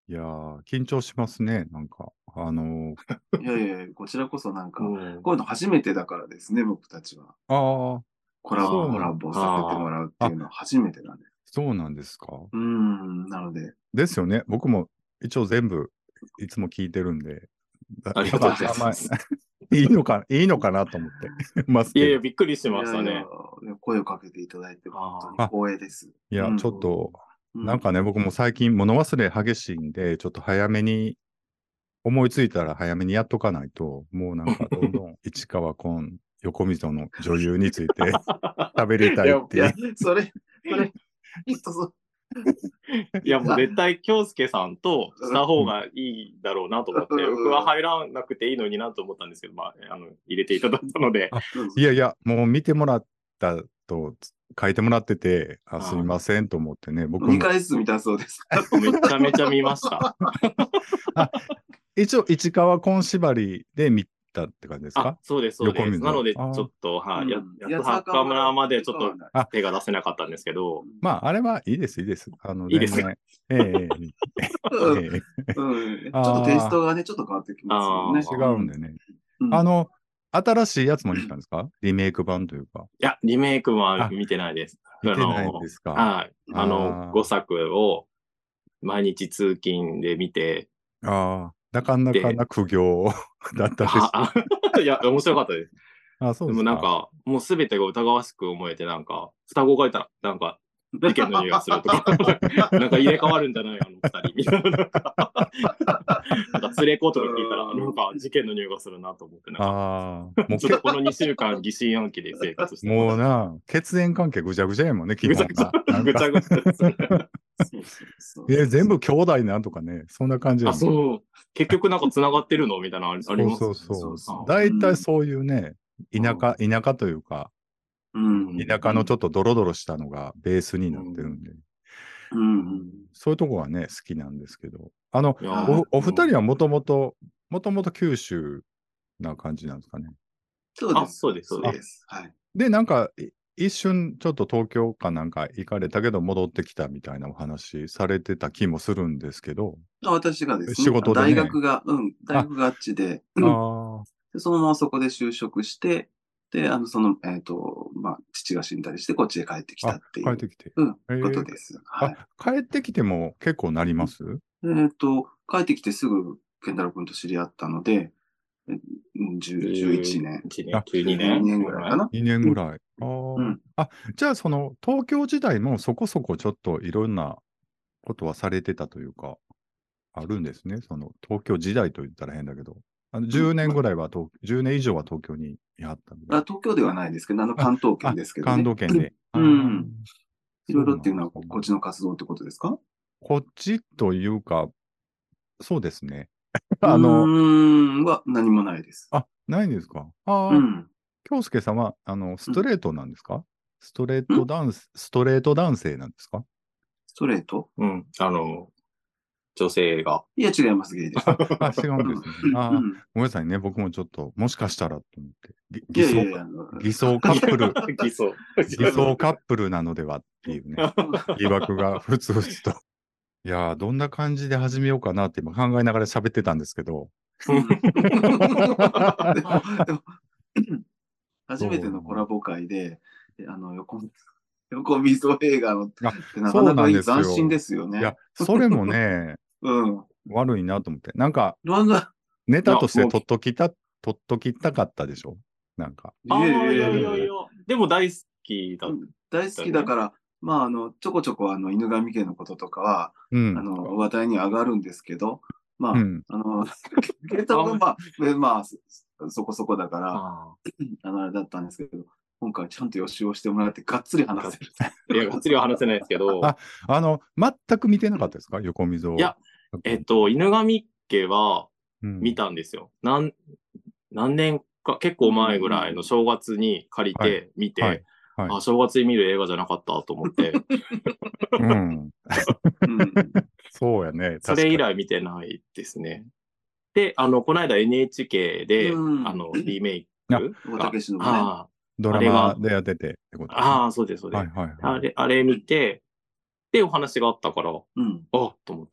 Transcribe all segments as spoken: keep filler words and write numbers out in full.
いやー、緊張しますね、なんか。あのいやいやいや、こちらこそなんか、 うん。 こういうの初めてだからですね、僕たちは。 ー、あコラボ、 そうなんコラボさせてもらうっていうのは初めてなんで。 そうなんですか。 うーん、なので。 ですよね。僕も一応全部いつも聞いてるんで、だありがとうございあんまります。 いいのか、いいのかなと思ってますいやいや、 けど。 びっくりしいましたね。 やいや、声をかけていただいて本当にあ光栄です。 いや、 うんちょっと、 うんなんかね、僕も最近物忘れ激しいんで、ちょっと早めに、思いついたら早めにやっとかないと、もうなんかどんどん市川崑、横溝の女優について喋りたいや、 いっていう。 いや、それ、それ、きっとそいやもう絶対京介さんとした方がいいだろうなと思って、 うん僕は入らなくていいのになと思ったんですけど、まあ、あの入れていただいたので、 あうんいやいや、もう見てもらったと書いてもらってて、ああーすいませんと思ってね、僕にも。 かいずつ見たそうです。 めちゃめちゃ見ました。 あ一応、市川崑縛りで見たって感じですあか？ そうです、そうです。 横溝なので、ちあーょっと、はい、 うんやいややっと墓村までちょっとあ手が出せなかったんですけど、 まあ、あれはいいです、いいです。あの、 いいです全然。えええうんえええうん、ちょっあーとテイストがね、ちょっと変わってきますもんね。 違うんでね。 うんあの、新しいやつも見たんですか？リメイク版というか。 いや、リメイクはあ見てないです。 見てないんあのですか？ はい。あの、 あごさくを毎日通勤で見て、 あ、ああ、なかなかで、 な苦行だったです。 あ、あいや、面白かったです。 あ、そうでですか。 もなんか、もうすべてが疑わしく思えて、なんか、双子がいたら、なんか、事件の匂いがするとか、なんか入れ替わるんじゃないあの二人、みたいな、なんか、なんか連れ子とか聞いたら、なんか事件の匂いがするなと思って、なんか、 ああ、もうけ、 ちょっとこのにしゅうかん疑心暗鬼で生活してもうます。 な、血縁関係ぐちゃぐちゃやもんね、基ぐちゃぐち本が。なゃ、 んか、 ぐちゃぐちゃですね。 そうそうそうえ、全部兄弟なんとかね、そんな感じやあ、 もん。 そう。結局なんか繋がってるのみたいなのありありそうますそうそう。 そう大体そういうね、 うん田舎、田舎というか、 うん田舎のちょっとドロドロしたのがベースになってるんで、 うんそういうとこはね、好きなんですけど、あの、 いやはいお、お二人はもともと、もともと九州な感じなんですかね。 あ、 そうです。 そうです、そうです。 そうです。はい。 で、なんか、い一瞬ちょっと東京かなんか行かれたけど戻ってきたみたいなお話されてた気もするんですけど、 あ私がです仕ね、大事でね。 学が、うん、大あ、 学があっちで、 あでそのままそこで就職して、で、あの、その、えっと、まあ、父が死んだりして、こっちへ帰ってきあ、あ、 たっていう、 帰ってきて。 うん、 えことー、 です。 あ、 はい。 帰ってきても結構なります？ えっと、帰ってきてすぐ、健太郎君と知り合ったので、えじゅう、じゅういちねん、 じゅういちねん、 あ、 じゅうに 12 年年ぐらいかな。 にねんぐらい。あー、 うん。 あ、じゃあその東京時代もそこそこちょっといろんなことはされてたというか、あるんですね。その東京時代と言ったら変だけど、あのじゅうねんぐらいは東、じゅうねん以上は東京にいはったんで。 あ、東京ではないですけど、あの、 あ、 関東圏あ、 ですけどね。 関東圏で。あうーん。いろいろっていうのは、ここっちの活動ってことですか？ こっちというか、そうですね。 うーあの、 ん、は何もないです。 あ、ないんですか。ああ、 うん。 京介さんは、あの、スうん。 トレートなんですか？ストレーんト男ス、ストレート男性なんですか？ ストレートうん。あの、女性が。 いや、違います、ゲイです。 あ、あ、違うんですね。ああ、 うん。 ごめんなさいね。僕もちょっと、もしかしたらと思って。ぎい偽装、 やいやいや、あの、 偽装カップル、 偽装。 偽装カップルなのではっていうね、疑惑がふつふつと。いやー、どんな感じで始めようかなって今考えながら喋ってたんですけど。 うんでも、でも、初めてのコラボ会で、あの、横、横溝映画のっあ、 てなかそうなんなかいい、 ですよ。 斬新ですよね。 いや、それもね、 うん。 悪いなと思って。なんか、 なんだ、 ネタとしていやもう取っときた、取っときたかったでしょなんか。 いえいああ、いやえいえいえ、 いやいや。でも大好きだっうん大好たね。 きだから、まあ、あの、ちょこちょこ、あの、犬神家のこととかは、 うん。 あの、話題に上がるんですけど、まうん。 あ、あの、ケイタロウがまあ、えまあ、そそこそこだから、 ああの、あれだったんですけど、今回ちゃんと予習をしてもらって、がっつり話せる。 あ。いや、がっつりは話せないですけど、 あ、あの、全く見てなかったですか横溝。 いや、えっと、犬神家はうん、 見たんですよ。何、何年か、結構前ぐらいの正月に借りて見て、 はい。はい。 あ、正月に見る映画じゃなかったと思って、 うん。 うん。 そうやね。 それ以確か来見てないですね。で、あの、この間 エヌエイチケー で、 うんあの、リメイあク大が、 竹しのぶね。 あドラマでやっててってことあ、ああ、そうです、そうはいです。 はいはい。 あれ、あれ見て、で、お話があったから、 うん。 あと思って。 あ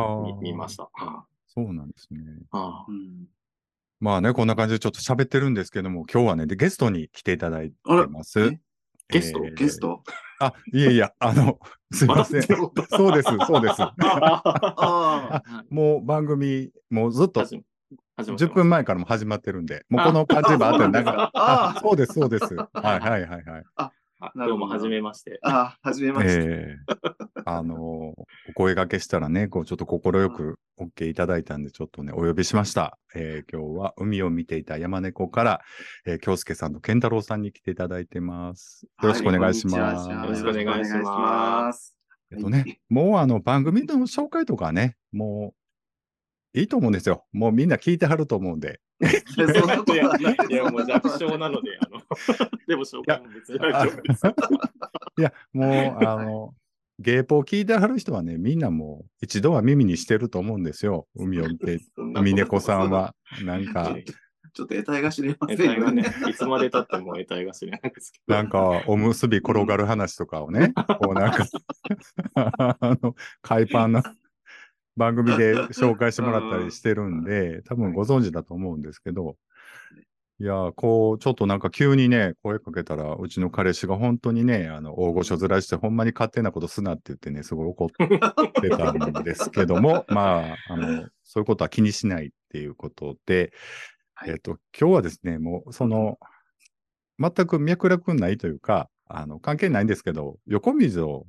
見ああ、 見ました。あそうなんですね。 あうんまあね、こんな感じでちょっと喋ってるんですけども、今日はね、でゲストに来ていただいあら、 てます。 えゲストえーゲストあ、いえいや、あの、すいません。そうです、そうです。 ああ、もう番組、もうずっと始め始まって 10 ます。 分前からも始まってるんで、もうあこの感じもあって、なんか、あ、 あそうです、そうです。はいはいはいはい。 あ、 あなるほどどうも、はじめまして。 あ、はじめまして。 ええあの、お声掛けしたらね、こうちょっと快く OK いただいたんで、ちょっとね、お呼びしました。えー今日は海を見ていた山猫から、えー、京介さんと健太郎さんに来ていただいてます。よろしくお願いします。 はい、こんにちは。 よろしくお願いしよろますす。 えっとね、もうあの番組の紹介とかね、もういいと思うんですよ。もうみんな聞いてはると思うんで。 いやそんなこといやはないですいや、もう弱小なので、あの、でも紹介も別に大丈夫です。 いや、もう、あの、芸法聞いてはる人はね、みんなもう一度は耳にしてると思うんですよ。海を見て、 そんな海猫さんは。なんか、 ちょっと得体が知れませ得体がねんよね。、 いつまで経っても得体が知れないですけど。 なんか、おむすび転がる話とかをね、こうなんかあの、海パンの番組で紹介してもらったりしてるんで、多分ご存知だと思うんですけど、いやー、こう、ちょっとなんか急にね、声かけたら、うちの彼氏が本当にね、あの、大御所面して、ほんまに勝手なことすなって言ってね、すごい怒ってたんですけども、まあ、あの、そういうことは気にしないっていうことで、 はいえっと、今日はですね、もう、その、全く脈絡ないというか、あの、関係ないんですけど、横溝を、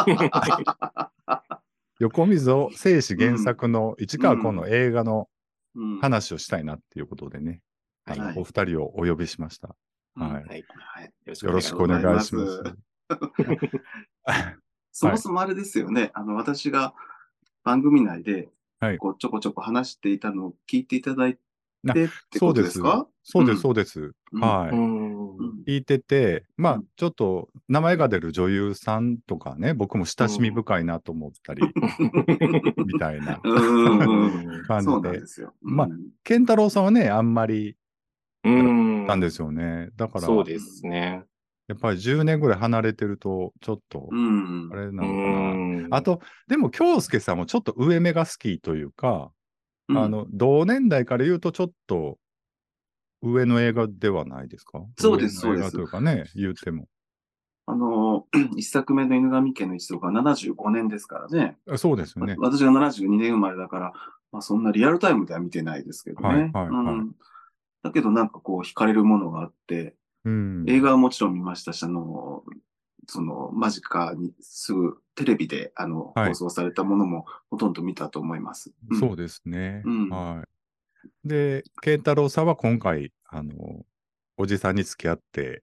横溝正史原作の市川崑の映画のうん話をしたいなっていうことでね、あの、 はいお二人をお呼びしました。 うんはい。 はい。 はいよろしくお願いします。 そもそもあれですよね。あの、私が番組内で、 はい。 こう、ちょこちょこ話していたのを聞いていただいなてってことですか？ そうです、 うんそうです。 うんはい。 んうん聞いてて、まあうん、 ちょっと名前が出る女優さんとかね、僕も親しみ深いなと思ったり、みたいなうんうんうんそうなん感じで。 ですよ。 まあ、健太郎さんはね、あんまりうんなんですよね。だから、 そうですね。 やっぱりじゅうねんぐらい離れてると、ちょっとう、んあれうなのかな。 んあと、でも、京介さんもちょっと上目が好きというか、 うんあの、同年代から言うとちょっと上の映画ではないですか？ そうです上の映画というかね、言っても。 あの、一作目の犬神家の一族はななじゅうごねんですからね。 あそうですよね。 わ私がななじゅうにねん生まれだから、まあ、そんなリアルタイムでは見てないですけどはい、 ね。 はい、 うはい。 ん、だけどなんかこう惹かれるものがあって、 うん。 映画はもちろん見ましたし、あの、その間近にすぐテレビであのはい放送されたものもほとんど見たと思います。うんそうですね。 うんはい。で、慶太郎さんは今回、あの、おじさんに付き合って、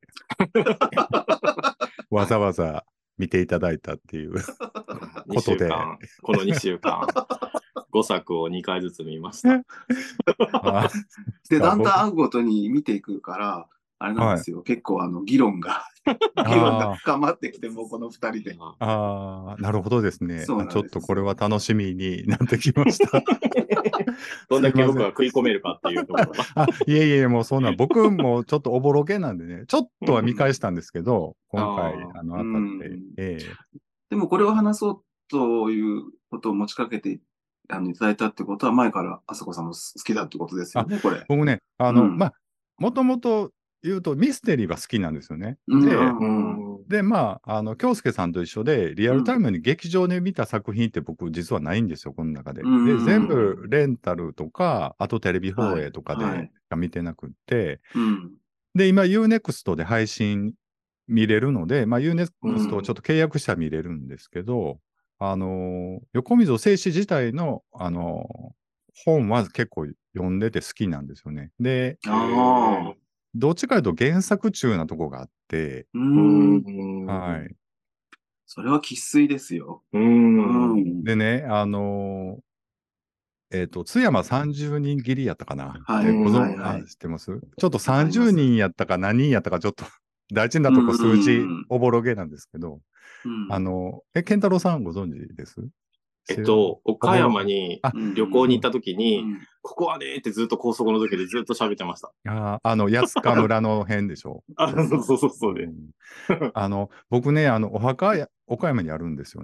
わざわざ見ていただいたっていうこ 2 とで、 週間、このにしゅうかん、ごさくをにかいずつ見ました。 あで、だんだん会僕うごとに見ていくから、あれなんはい。 ですよ。結構あの議論が、議論が深まってきて、もうこの二人で。 ああ、なるほどですね。 そうなんですあちょっとこれは楽しみになってきました。 どんだけ僕すいまが食い込めるかっていうところが。 せんあ、いえいえ、もうそんな、僕もちょっとおぼろげなんでね、ちょっとは見返したんですけど、今回、 あーあの、当たって、ええでもこれを話そうということを持ちかけてあのいただいたってことは、前からあさこさんも好きだってことですよね、これ。 僕ね、あの、 うんまあ、もともと言うとミステリーが好きなんですよね。 うんで、 うんうんで、まあ、あの、京介さんと一緒で、リアルタイムに劇場で見た作品って僕実はないんですよ、この中で。 うんで、全部レンタルとか、あとテレビ放映とかはいはいでしか見てなくって、 うんで、今 ユーネクスト で配信見れるので、まあ ユーネクスト をちょっと契約したら見れるんですけど、あの、横溝正史自体の、あの、本は結構読んでて好きなんですよね。で、 ああ。 どっちかというと原作中なとこがあって、 ううんん。 はい。 それは生粋ですよ。 ううんん。 でね、あのーえっ、と、津山さんじゅうにん切りやったかな。 はいえーご存はいはいあ知ってますちょっとわかりますさんじゅうにんやったか何人やったかちょっと大事なとこ数字おぼろげなんですけど、 うんあの、え、健太郎さんご存知ですえっと、岡山にあうん旅行に行った時うに、 んここはねーってずっと高速の時でずっと喋ってました。 あー、あの、安川村の辺でしょ。 あ、そうそうそうそうでう。んあの、僕ね、あの、お墓や、岡山にあるんですよね。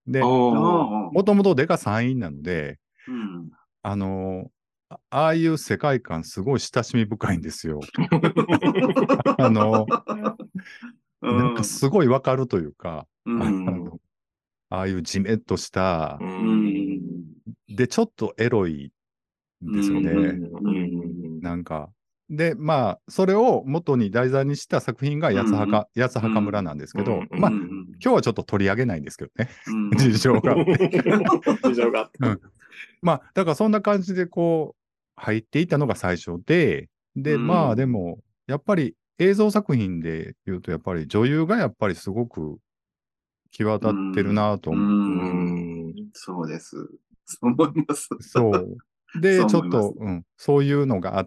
で、 ああもともとデカさんいんなので、 うん。 あのーあああいう世界観すごい親しみ深いんですよ。あのうなんかん。 すごいわかるというか、 うあん。 の、ああいうじめっとしたう、 うんん。 で、ちょっとエロいんうですよね。 ん。 なんか。で、まあ、それを元に題材にした作品が八つ墓、八つ墓村なんですけど、まあ、 うん。 今日はちょっと取り上げないんですけどね。 うん。 事情があって。 事情があって。 うん。まあ、だからそんな感じでこう、入っていったのが最初で、で、 うんまあでも、やっぱり映像作品で言うと、やっぱり女優がやっぱりすごく際立ってるなとう思う。 ん。 ん。 そうです。そう思います。 そう。で、 そうちょ思います。 っと、うん、そういうのがあって、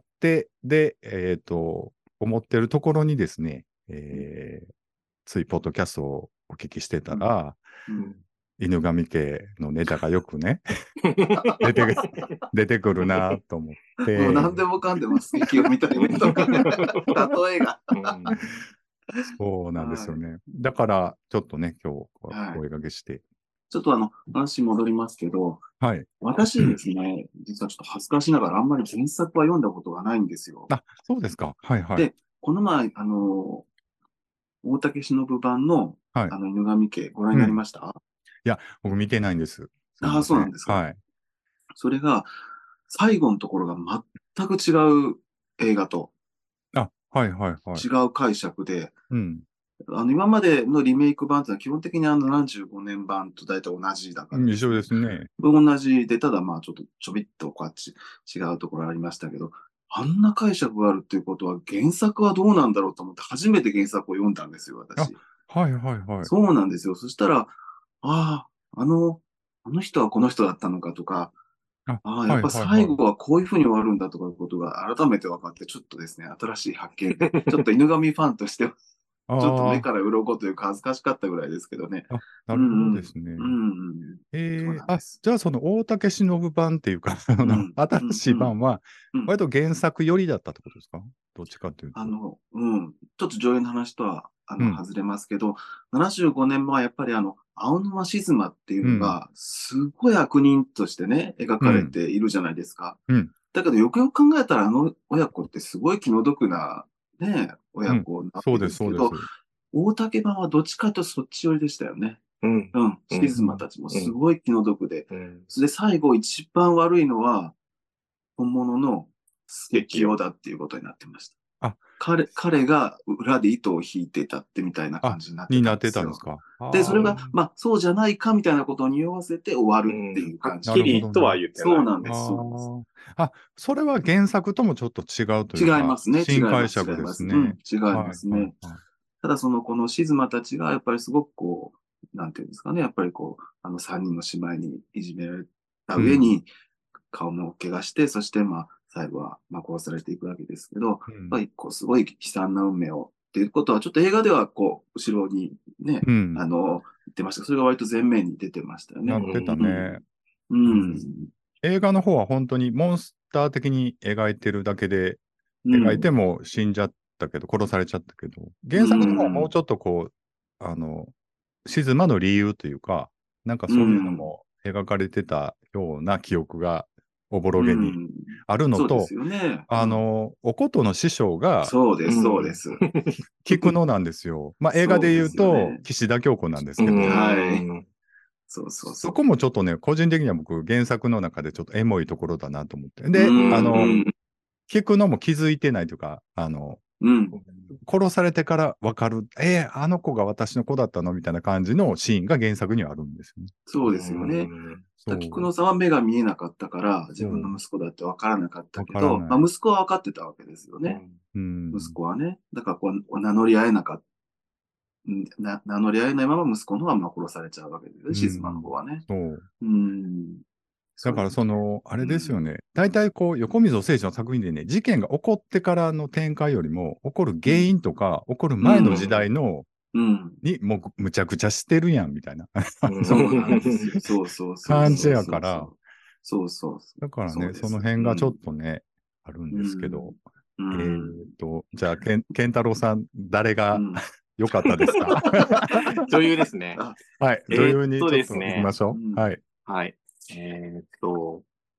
で、えっと、思ってるところにですね、えーついポッドキャストをお聞きしてたら、 うん犬神家のネタがよくね、出てく出てくるなと思っもうて、 何でもかんでも好きよみたいなとかね。例えが。 そうなんですよはいね。だから、ちょっとね、今日、おはい声掛けして。 ちょっとあの、話戻りますけど、 はい。 私ですね、実はちょっと恥ずかしながらあんまり原作は読んだことがないんですよ。 あ、そうですか。はいはい。 で、この前、あの、大竹しのぶ版の、 はい。 あの、犬神家ご覧になりました、 いや、僕見てないんです。すいああ、 ません。 そうなんですか。 はい。 それが、最後のところが全く違う映画とあ、はいはいはい。 違う解釈で、 うん。 あの、今までのリメイク版ってのは基本的にあのななじゅうごねん版と大体同じだから一緒でですね。 すね。 同じで、ただまあちょっとちょびっとこっち違うところありましたけど、あんな解釈があるっていうことは原作はどうなんだろうと思って初めて原作を読んだんですよ、 あ、 私。 はいはいはい。 そうなんですよ。そしたら、ああ、あの、あの人はこの人だったのかとか、 あ、 ああ、やっぱはいはいはい。 最後はこういうふうに終わるんだとかいうことが改めて分かって、ちょっとですね、新しい発見。ちょっと犬神ファンとしては、ちょっと目あから鱗というか恥ずかしかったぐらいですけどね。 あ、あ、なうるほどんうん。 ですね。 うんうん。そうえー、あ、 なんです。 じゃあその大竹しのぶ版っていうか、あの、 うん。う新しいんうん。 版は、 うん割と原作寄りだったってことですか？どっちかというと。 あの、うん。ちょっと上映の話とは、あの、 うん、 外れますけど、ななじゅうごねんまえはやっぱりあの、青沼静馬っていううん、 のが、すごい悪人としてね、描かれうん、 ているじゃないですか。 うん、 だけど、よくよく考えたら、あの親子ってすごい気の毒な、ね、親うん。 子なわけそうです、 ですけど、 そうです。 大竹版はどっちかというとそっち寄りでしたよね。 うん。 うん。 うん。 静馬たちもすごい気の毒で。 うん。 それで最後一番悪いのは、本物の関雄だっていうことになってました。 あ、 彼、彼が裏で糸を引いていたってみたいなあ、 感じになってになってたんですよ。 たんですか。 で、それああ、 が、まあ、そうじゃないかみたいなことを匂わせて終わるっていうはっ感じ。 なきるほどね。 りとは言ってない。 そうなんです。そうなんです。 ああ。あ、それは原作ともちょっと違うとい違うか、 いますね。違い新解ます。違い釈でます。うん。 すね。 違いはい、はい、 ますね。 はい。 ただその、この静馬たちが、やっぱりすごくこう、なんていうんですかね。やっぱりこう、あの三人の姉妹にいじめられた上に、顔も怪我して、そしてまあ、最後はまあ殺されていくわけですけど、やっうん、 ぱりこう、すごい悲惨な運命を、っていうことは、ちょっと映画ではこう、後ろにね、 うん。 あの、言ってました。それが割と前面に出てましたよね。 なってたね。 うん。 映画の方は本当にモンスター的に描いてるだけで、 うん。 描いても死んじゃったけど、殺されちゃったけど、原作の方はもうちょっとこう、あの、静まの理由というか、なんかうそういうのん。 も描かれてたような記憶がおぼろうげにん。 あるのと、 そうですよね。うん。 あの、おことの師匠がそうです、そううん。 です。 菊野なんですよ。まあ映画で言うそうですよと、 ね。 岸田京子なんですうけど、 はい。 ん。 そうそうそそう。 こもちょっとね、個人的には僕、原作の中でちょっとエモいところだなと思って。 うで、あの、 ん。 聞くのも気づいてないというか、あの、 うん。 殺されてから分かる、えー、あの子が私の子だったのみたいな感じのシーンが原作にはあるんですよね。 そうですよね。 そう、 菊野さんは目が見えなかったから、自分そう、 の息子だって分からなかった分けど、まあ、 からない。 息子は分かってたわけですよね。 うん。 息子はね。だからこう、名乗り合えなかった。な名乗り合えないまま息子の方はまあ殺されちゃうわけですよね、 うシズマの方ん。 はね。 そう。 うん。 だからそういうこと。 その、あれですようん。 ね。大体こう、横溝正史の作品でね、事件が起こってからの展開よりも、起こる原因とか、起こるう前の時ん。 代の、 うん。 に、もうむちゃくちゃしてるやん、みたいなそうなんですよ。そうそうそう感じそうやから、 そうそう。そうそうそう。 だからね、 そうです。 その辺がちょっうん。 とね、あるんうですけど、 ん。うえーん。 と、じゃあ、ケン、ケンタロウさん、誰がうん。 良かったですか？ 女優ですね。 あはい。 えーっと女優にちょっとですね行きましょうんう。はい。 はい。えーっと、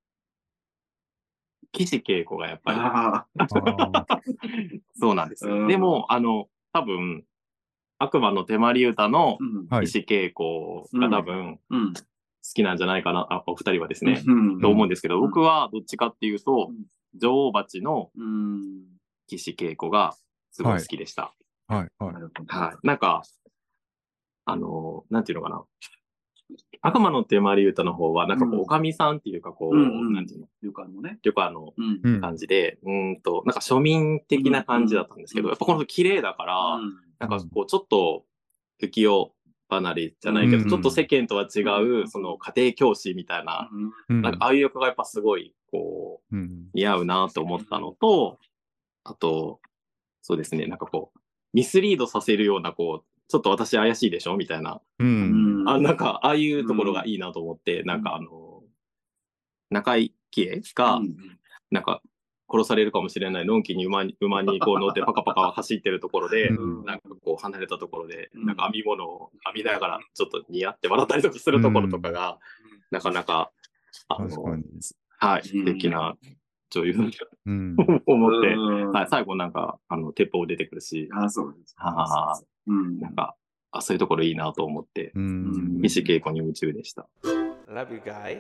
岸恵子がやっぱり、 ああーそうなんですよ。 うんでも、あの、多分、悪魔の手まり歌のーうん。 はい。 岸恵子が多分好うん。 きなんじゃないかな、あ、お二人はですね、 うんと思うんですけど、 うん僕はどっちかっていうと、 うん女王蜂のうん。 岸恵子がすごい好きでした。 はい。はいな。るほど。 はい。なんか、あの、なんていうのかな。悪魔の手まり歌の方は、なんかこう、 うんおかみさんっていうか、こう、 うんうんなんていうの、 旅館のね。 旅館のうん。 うん。 感じで、うーんと、なんか庶民的な感じだったんですけど、 うんやっぱこの綺麗だから、 うんなんかこう、ちょっと浮世離れじゃないけど、 うんちょっと世間とは違うんう、その家庭教師みたいな、 うん。 なんかああいう役がやっぱすごい、こう、 うん。 似合うなと思ったのと、あと、そうですね、なんかこう、ミスリードさせるような、こう、ちょっと私怪しいでしょみたいな、 うん。 あ、なんか、ああいうところがいいなと思って、なんかあの、中井貴恵が、なんか、殺されるかもしれないのんきに馬に、馬にこう乗ってパカパカ走ってるところで、 うんなんかこう離れたところで、 うんなんか編み物を編みながらちょっと似合って笑ったりとかするところとかが、なかなか、あの確かに、 はい、素敵な女優だうん。 と思って、 うんはい、最後なんか、あの、鉄砲出てくるし、 あ、そうです。 あうん。 なんか、あ、そういうところいいなと思って、 うん。 西恵子に夢中でした。 Love you guys.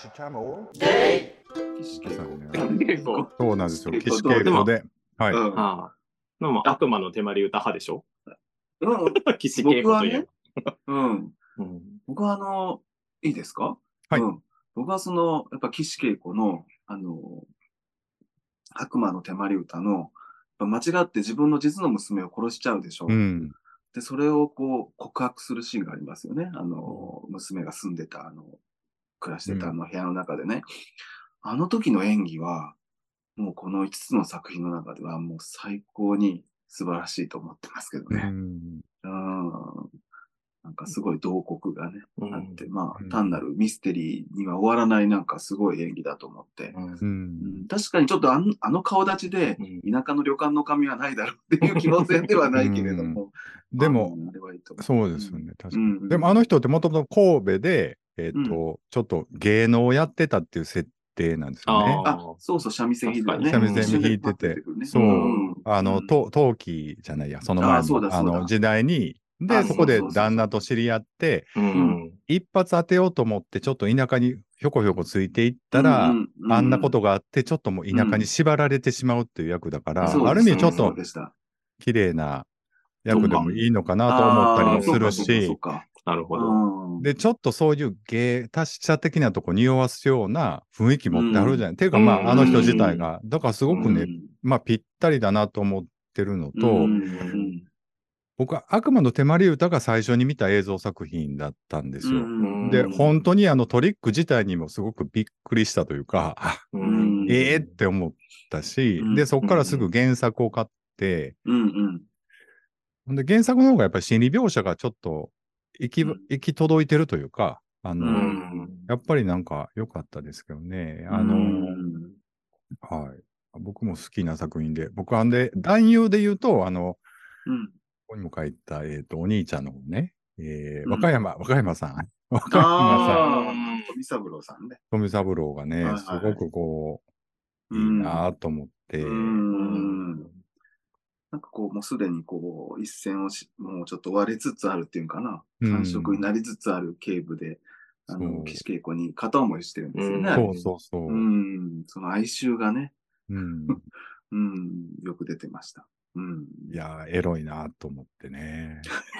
岸まさにね結構、 そうなんですよ。 岸岸恵子恵子で。はい。 うんはい。でも、悪魔の手まり歌派でしょ？ うん。 岸恵子といえ僕はねうん。 ば。うん僕はあの、いいですか？ はいうん。僕はその、やっぱ岸恵子の、あの、悪魔の手まり歌の、やっぱ間違って自分の実の娘を殺しちゃうでしょ。 うん。 で、それをこう告白するシーンがありますよね。あの、娘が住んでた、あの、暮らしてたあの部屋の中でね。あの時の演技は、もうこのいつつの作品の中ではもう最高に素晴らしいと思ってますけどうね。 ん。 うん。なんかすごい慟哭がね、 うんあって、まうんあ、単なるミステリーには終わらないなんかすごい演技だと思って。 うんううんん、確かにちょっとあのあの顔立ちで、 うん田舎の旅館の神はないだろうっていう気のせいではないけれども。 でも、 うんあれはいいと思そうですよね。確かに。 うんでも、あの人ってもともと神戸で、えっ、と、 うちょっと芸能をやってたっていう設定なんですよね。 ああ、そうそう、三味線弾いてるね。 確かに三味線弾いてて一瞬でパッと出くるねそううんあの、 うんと陶器じゃないや、その前あそうだの、あそうだの、時代に、で、 あそこでそうそうそうそう旦那と知り合って、 うん。 一発当てようと思って、ちょっと田舎にひょこひょこついていったら、 うんうんうんあんなことがあって、ちょっともう田舎に縛られてしまうっていう役だから、 そうあるですね意味ちょっとそうでした。 綺麗な役でもいいのかなと思ったりもするあーそうかそうし、 かなるほど。 そうか。 で、ちょっとそういう芸達者的なとこ匂わすような雰囲気持ってあるじゃない。っていうか、まあ、 うんあの人自体が、だからすごくね、 うんまあ、ぴったりだなと思ってるのと、 うんうん僕は悪魔の手まり歌が最初に見た映像作品だったんですよ。 うんで、本当にあのトリック自体にもすごくびっくりしたというか、あうんええって思ったし、 うんで、そこからすぐ原作を買って、 うんうんほんで原作の方がやっぱり心理描写がちょっと行き,、 うん行き届いてるというか、あの、 うんやっぱりなんか良かったですけどね。あうの、 んはい。僕も好きな作品で、僕はんで、男優で言うと、あの、 うんここにも書いた、えっ、と、お兄ちゃんの方ね、えーうん和歌山、和歌山さん。和歌山さん、 ああ、富三郎さんね。 富三郎がね、 はいはいはいすごくこう、いいうんなと思って、 うんなんかこう、もうすでにこう、一線をし、もうちょっと割れつつあるっていうかな、 うん感触になりつつある警部で、あそうの、岸恵子に片思いしてるんですよね。 うんそうそうそう。 ううん。 ん、その哀愁がね、うん、よく出てました。うん。 いやー、エロいなと思ってね。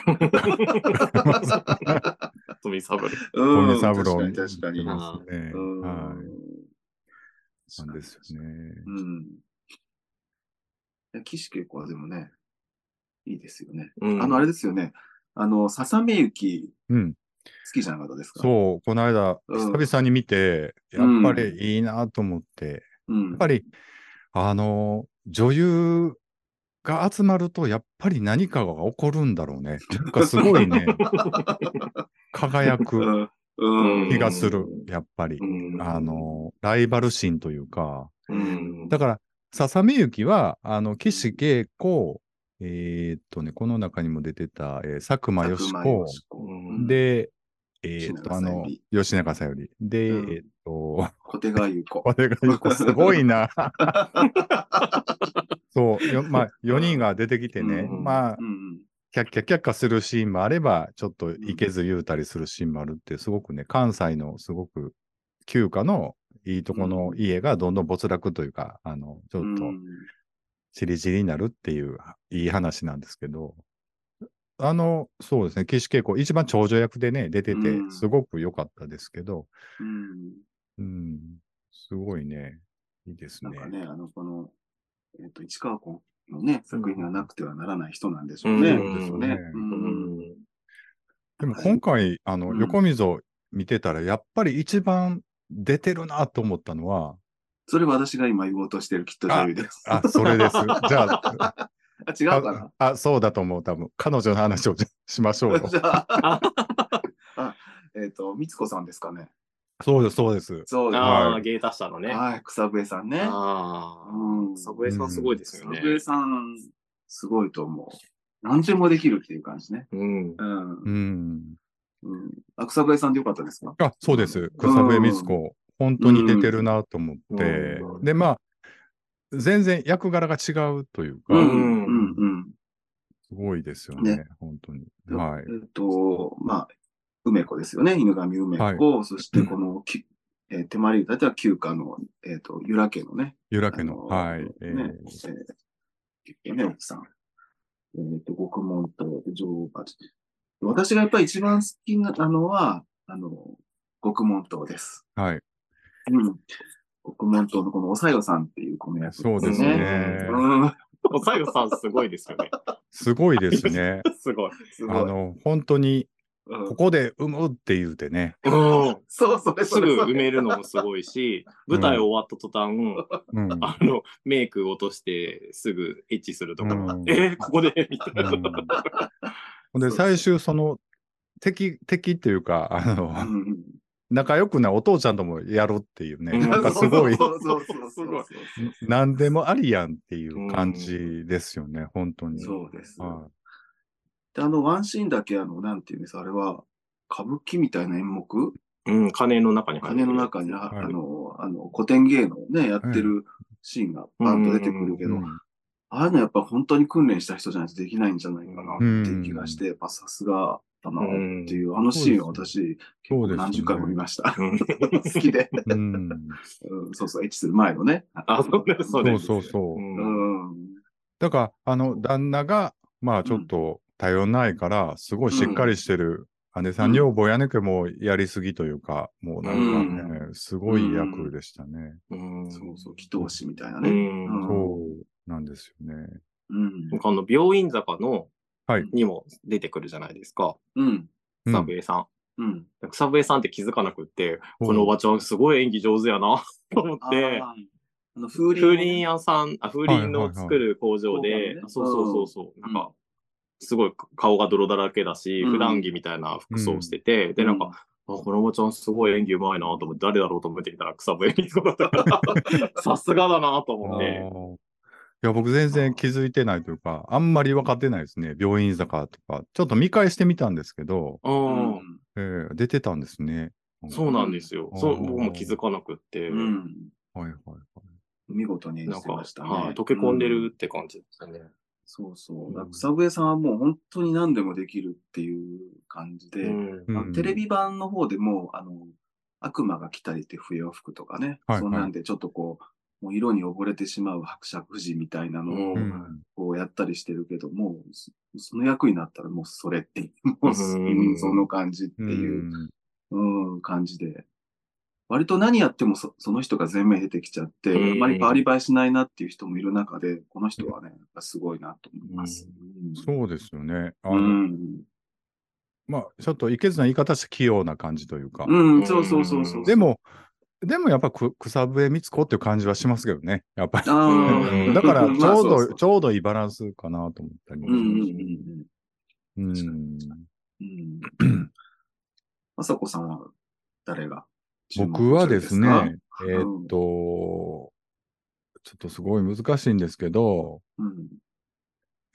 富三郎。 うん富三郎確かに確かに。 見てますね。 うんはい。なんですよね。 うん。いや岸恵子はでもね、いいですよね。 うんあの、あれですよね。あの、ささめゆき、 うん。 好きじゃなかったですかう。 そう、この間、 うん久々に見て、やっぱりいいなと思って、 うん。 やっぱり、あの、女優が集まると、やっぱり何かが起こるんだろうね。なんかすごいね、輝くうん。うん。 気がする、やっぱり。 うんあの、ライバル心というか、 うんだから、ささめゆきは、あの、岸恵子、 えーっとね、この中にも出てた、えー佐久間よし佐久間子よ、し子。 うんで、えーっ吉と、あの永小百合、 吉永小百合。で、 うんえーっと、 小手川優子。 これがゆこすごいな。そう、よまあ、よにんが出てきてね、 うんまあ、 うんキャッキャキャッカするシーンもあれば、ちょっとんいけず言うたりするシーンもあるって、すごくね、関西のすごく旧家のいいとこの家がどんどん没落というか、あの、ちょっとうん。 チリチリになるっていういい話なんですけど、あの、そうですね、岸恵子、一番長女役でね、出てうて、 んすごく良かったですけど、 うん。 うん、すごいね、いいですね。 なんかね、あの、この、えっと、市川崑のね、作品にはなくてはならない人なんでしょうね。 うんきっとね。う。 うんん。 でもはい今回、あの、 うん横溝を見てたら、やっぱり一番出てるなと思ったのは、 それ私が今言おうとしてるきっと女優です。 あ、それです。じゃあ、 あ、違うかなあ、あそうだと思う、多分。彼女の話をしましょうよ。 じゃあ、 ああえっと、みつこさんですかね。 そうです、そうです。 そうです。 あー、 はい。 芸達者のね。 はい、草笛さんね。 あうんあ、サブウェイさんすごいですよね。 草笛さん、すごいと思う。何でもできるっていう感じね。 うん。 うん。 うん。 うん。あ、草笛さんでよかったですか？ あ、そうです。 うん草笛光子、本当に出てるなと思って。 うんで、まあ、全然役柄が違うというか、 うん、 ううん、うん。 すごいですよねね、本当に。 ではい。 えっと、まあ、梅子ですよね。犬神梅はい子。そして、このき、えー手まり歌では旧家の、えっと、由良家のね、 ゆら家の。 あのはい。えね、 ーえー、ね、奥さん。えっと、獄門と女王蜂。私がやっぱり一番好きなのは、あの、獄門島です。 はい。 うん。獄門島のこのおさよさんっていうこの役そうですね。 ね。 うん。 おさよさんすごいですよね。 すごいですね。 すごい。 すごい。 あの、本当に、 うん、 ここで産むって言うてね。 うん。 そう、それすそれそれ。 ぐ埋めるのもすごいし、舞台終わった途端、 うん。 あの、メイク落としてすぐエッチするとか、 うんえー、ここでみたいな。 うんほんで、最終、その、敵、敵っていうか、あの、 うんうん仲良くないお父ちゃんともやるっていうね。 うんなんかすごい、 そうそうそうそうすごいそう何でもありやんっていう感じですよね、本当に。 そうです。 はで、あのワンシーンだけ、あの、なんていうんですか、あれは、歌舞伎みたいな演目うん、鐘の中に入る。 鐘の中に、あはいあの、あの、古典芸能をね、やってるシーンがバンと出てくるけど、 い。うんああいうのやっぱ本当に訓練した人じゃないとできないんじゃないかなっていう気がして、やっぱさすがだなっていう、あのシーンは私、結構何十回も見ました。 うん好きで、 うん。 うん。そうそう、エッチする前のね。 あ、そうです、そうです。 そうそうそうう。 うんん。 だから、あの、旦那が、まあちょっと頼んないから、すごいしっかりしてる、姉さん女房やねけもやりすぎというか、もうなんかね、すごい役でしたね。 うん。 そうそう、祈祷師みたいなうね。 ん。 そうなんですよね。 うん。 あの、病院坂の、 はい。 にも出てくるじゃないですか。 うん。 草笛さん。 うん。 草笛さんって気づかなくって、 うんこのおばちゃんすごい演技上手やなと思って、 あーあの風鈴風をね鈴屋さん、あ、風鈴の作る工場はいはいはいで、 工そうそう場のねそうそう、なんか、すごい顔が泥だらけだし、 うん普段着みたいな服装してて、で、なんか、あ、このおばちゃんすごい演技うまいなと思って、誰だろうと思ってみたら草笛にそうだったから、さすがだなと思って。 あーいや、僕全然気づいてないというか、あんまり分かってないですね。病院坂とか。ちょっと見返してみたんですけど、 う。 うんん。 えー出てたんですね。 そうなんですよ。 うんそう、僕も気づかなくって、 うん。 はいはいはい。 見事に演なんか、 じてましたね。 はい、溶け込んでるって感じでしたね。 そうそう。 うんだから草笛さんはもう本当に何でもできるっていう感じで、 うん。 うんあのテレビ版の方でも、あの、悪魔が来たりって笛を吹くとかね、 はいはいそんなんでちょっとこう、もう色に溺れてしまう伯爵夫人みたいなのを、 ううんこうやったりしてるけども、そその役になったらもうそれっていう、もううんうんその感じってういう、 んうん、感じで。割と何やってもそその人が前面に出てきちゃって、 うんあまりアリバイしないなっていう人もいる中で、この人はね、やっぱすごいなと思います。 そうですよね。あうの、 ん。 まあ、ちょっといけずな言い方して器用な感じというか。 うん、そうそうそうそう。 で、も、でもやっぱく草笛光子っていう感じはしますけどね。やっぱり。 あうんあ、 だから、ちまあょうど、 そうそうちょうどいいバランスかなと思ったりもうんうんしますし。 うんうん。 うん。うん。まさこさんは誰が注目僕はです女優ね、えーっと、ちょっとすごい難しいんですけど、 うん。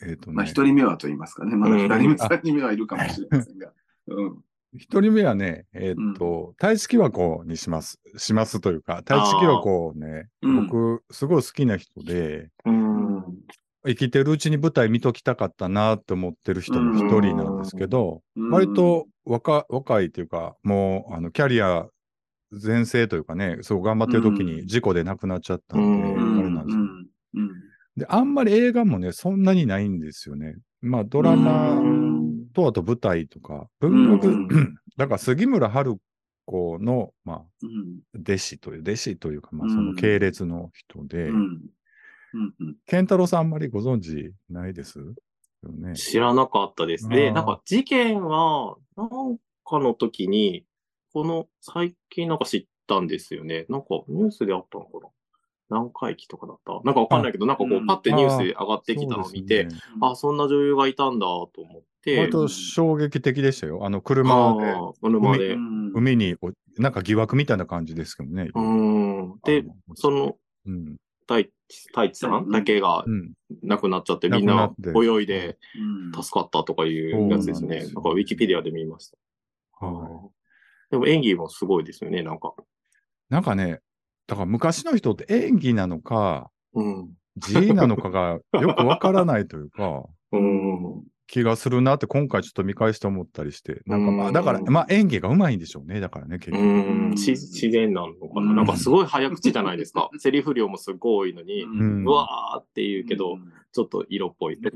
えっとまあ、 ね、 一人目はと言いますかね。まだうん二人目、三人目はいるかもしれませんが。うん。 一人目はね、えっと、太一喜和子にします。しますというか、太一喜和子ね、 うん僕、すごい好きな人で、 うん。 生きてるうちに舞台見ときたかったなって思ってる人の一人なんですけど、 うん割と若若いというか、もう、あの、キャリア全盛というかね、そう頑張ってる時に事故で亡くなっちゃったんで、 うんあれなんですけど、 うん。うん。 で、あんまり映画もね、そんなにないんですよね。まあ、ドラうマん。 とあと舞台とか、 うん文学、 うんだから杉村春子の、まあ、 うん弟子という、弟子というか、まあ、 うんその系列の人で、 うんうんうん健太郎さんあんまりご存知ないですよね。 知らなかったです。 あで、 ーなんか事件は、なんかの時に、この最近なんか知ったんですよね。なんかニュースであったのかな、何回忌とかだったなんかわかんないけど、なんかこう、 うんパッてニュースで上がってきたそうですのを見て、 ね。 あ、そんな女優がいたんだと思って、 割と衝撃的でしたよ。あの、 あ車であ、車で。 海にお、なんか疑惑みたいな感じですけどね。 うん。で、 あその、 うん。 太一太一さんだけがうん。 亡くなっちゃって、 亡みんなくなって泳いでうん助かったとかいうやつですね。 そうなんですよなんかウィキペディアで見ました。 はい。 あーでも演技もすごいですよね、なんか。 なんかね、だから昔の人って演技なのか、 うん。 字なのかがよくわからないというか、 うん。 気がするなって今回ちょっと見返して思ったりして。なんかまあ、 うんだから、まあ演技がうまいんでしょうね。だからね、結う局。 ん。し自然なのかな。なんかすごい早口じゃないですか。セリフ量もすごいのに、 うんうわーって言うけど、ちょっと色っぽい。 うん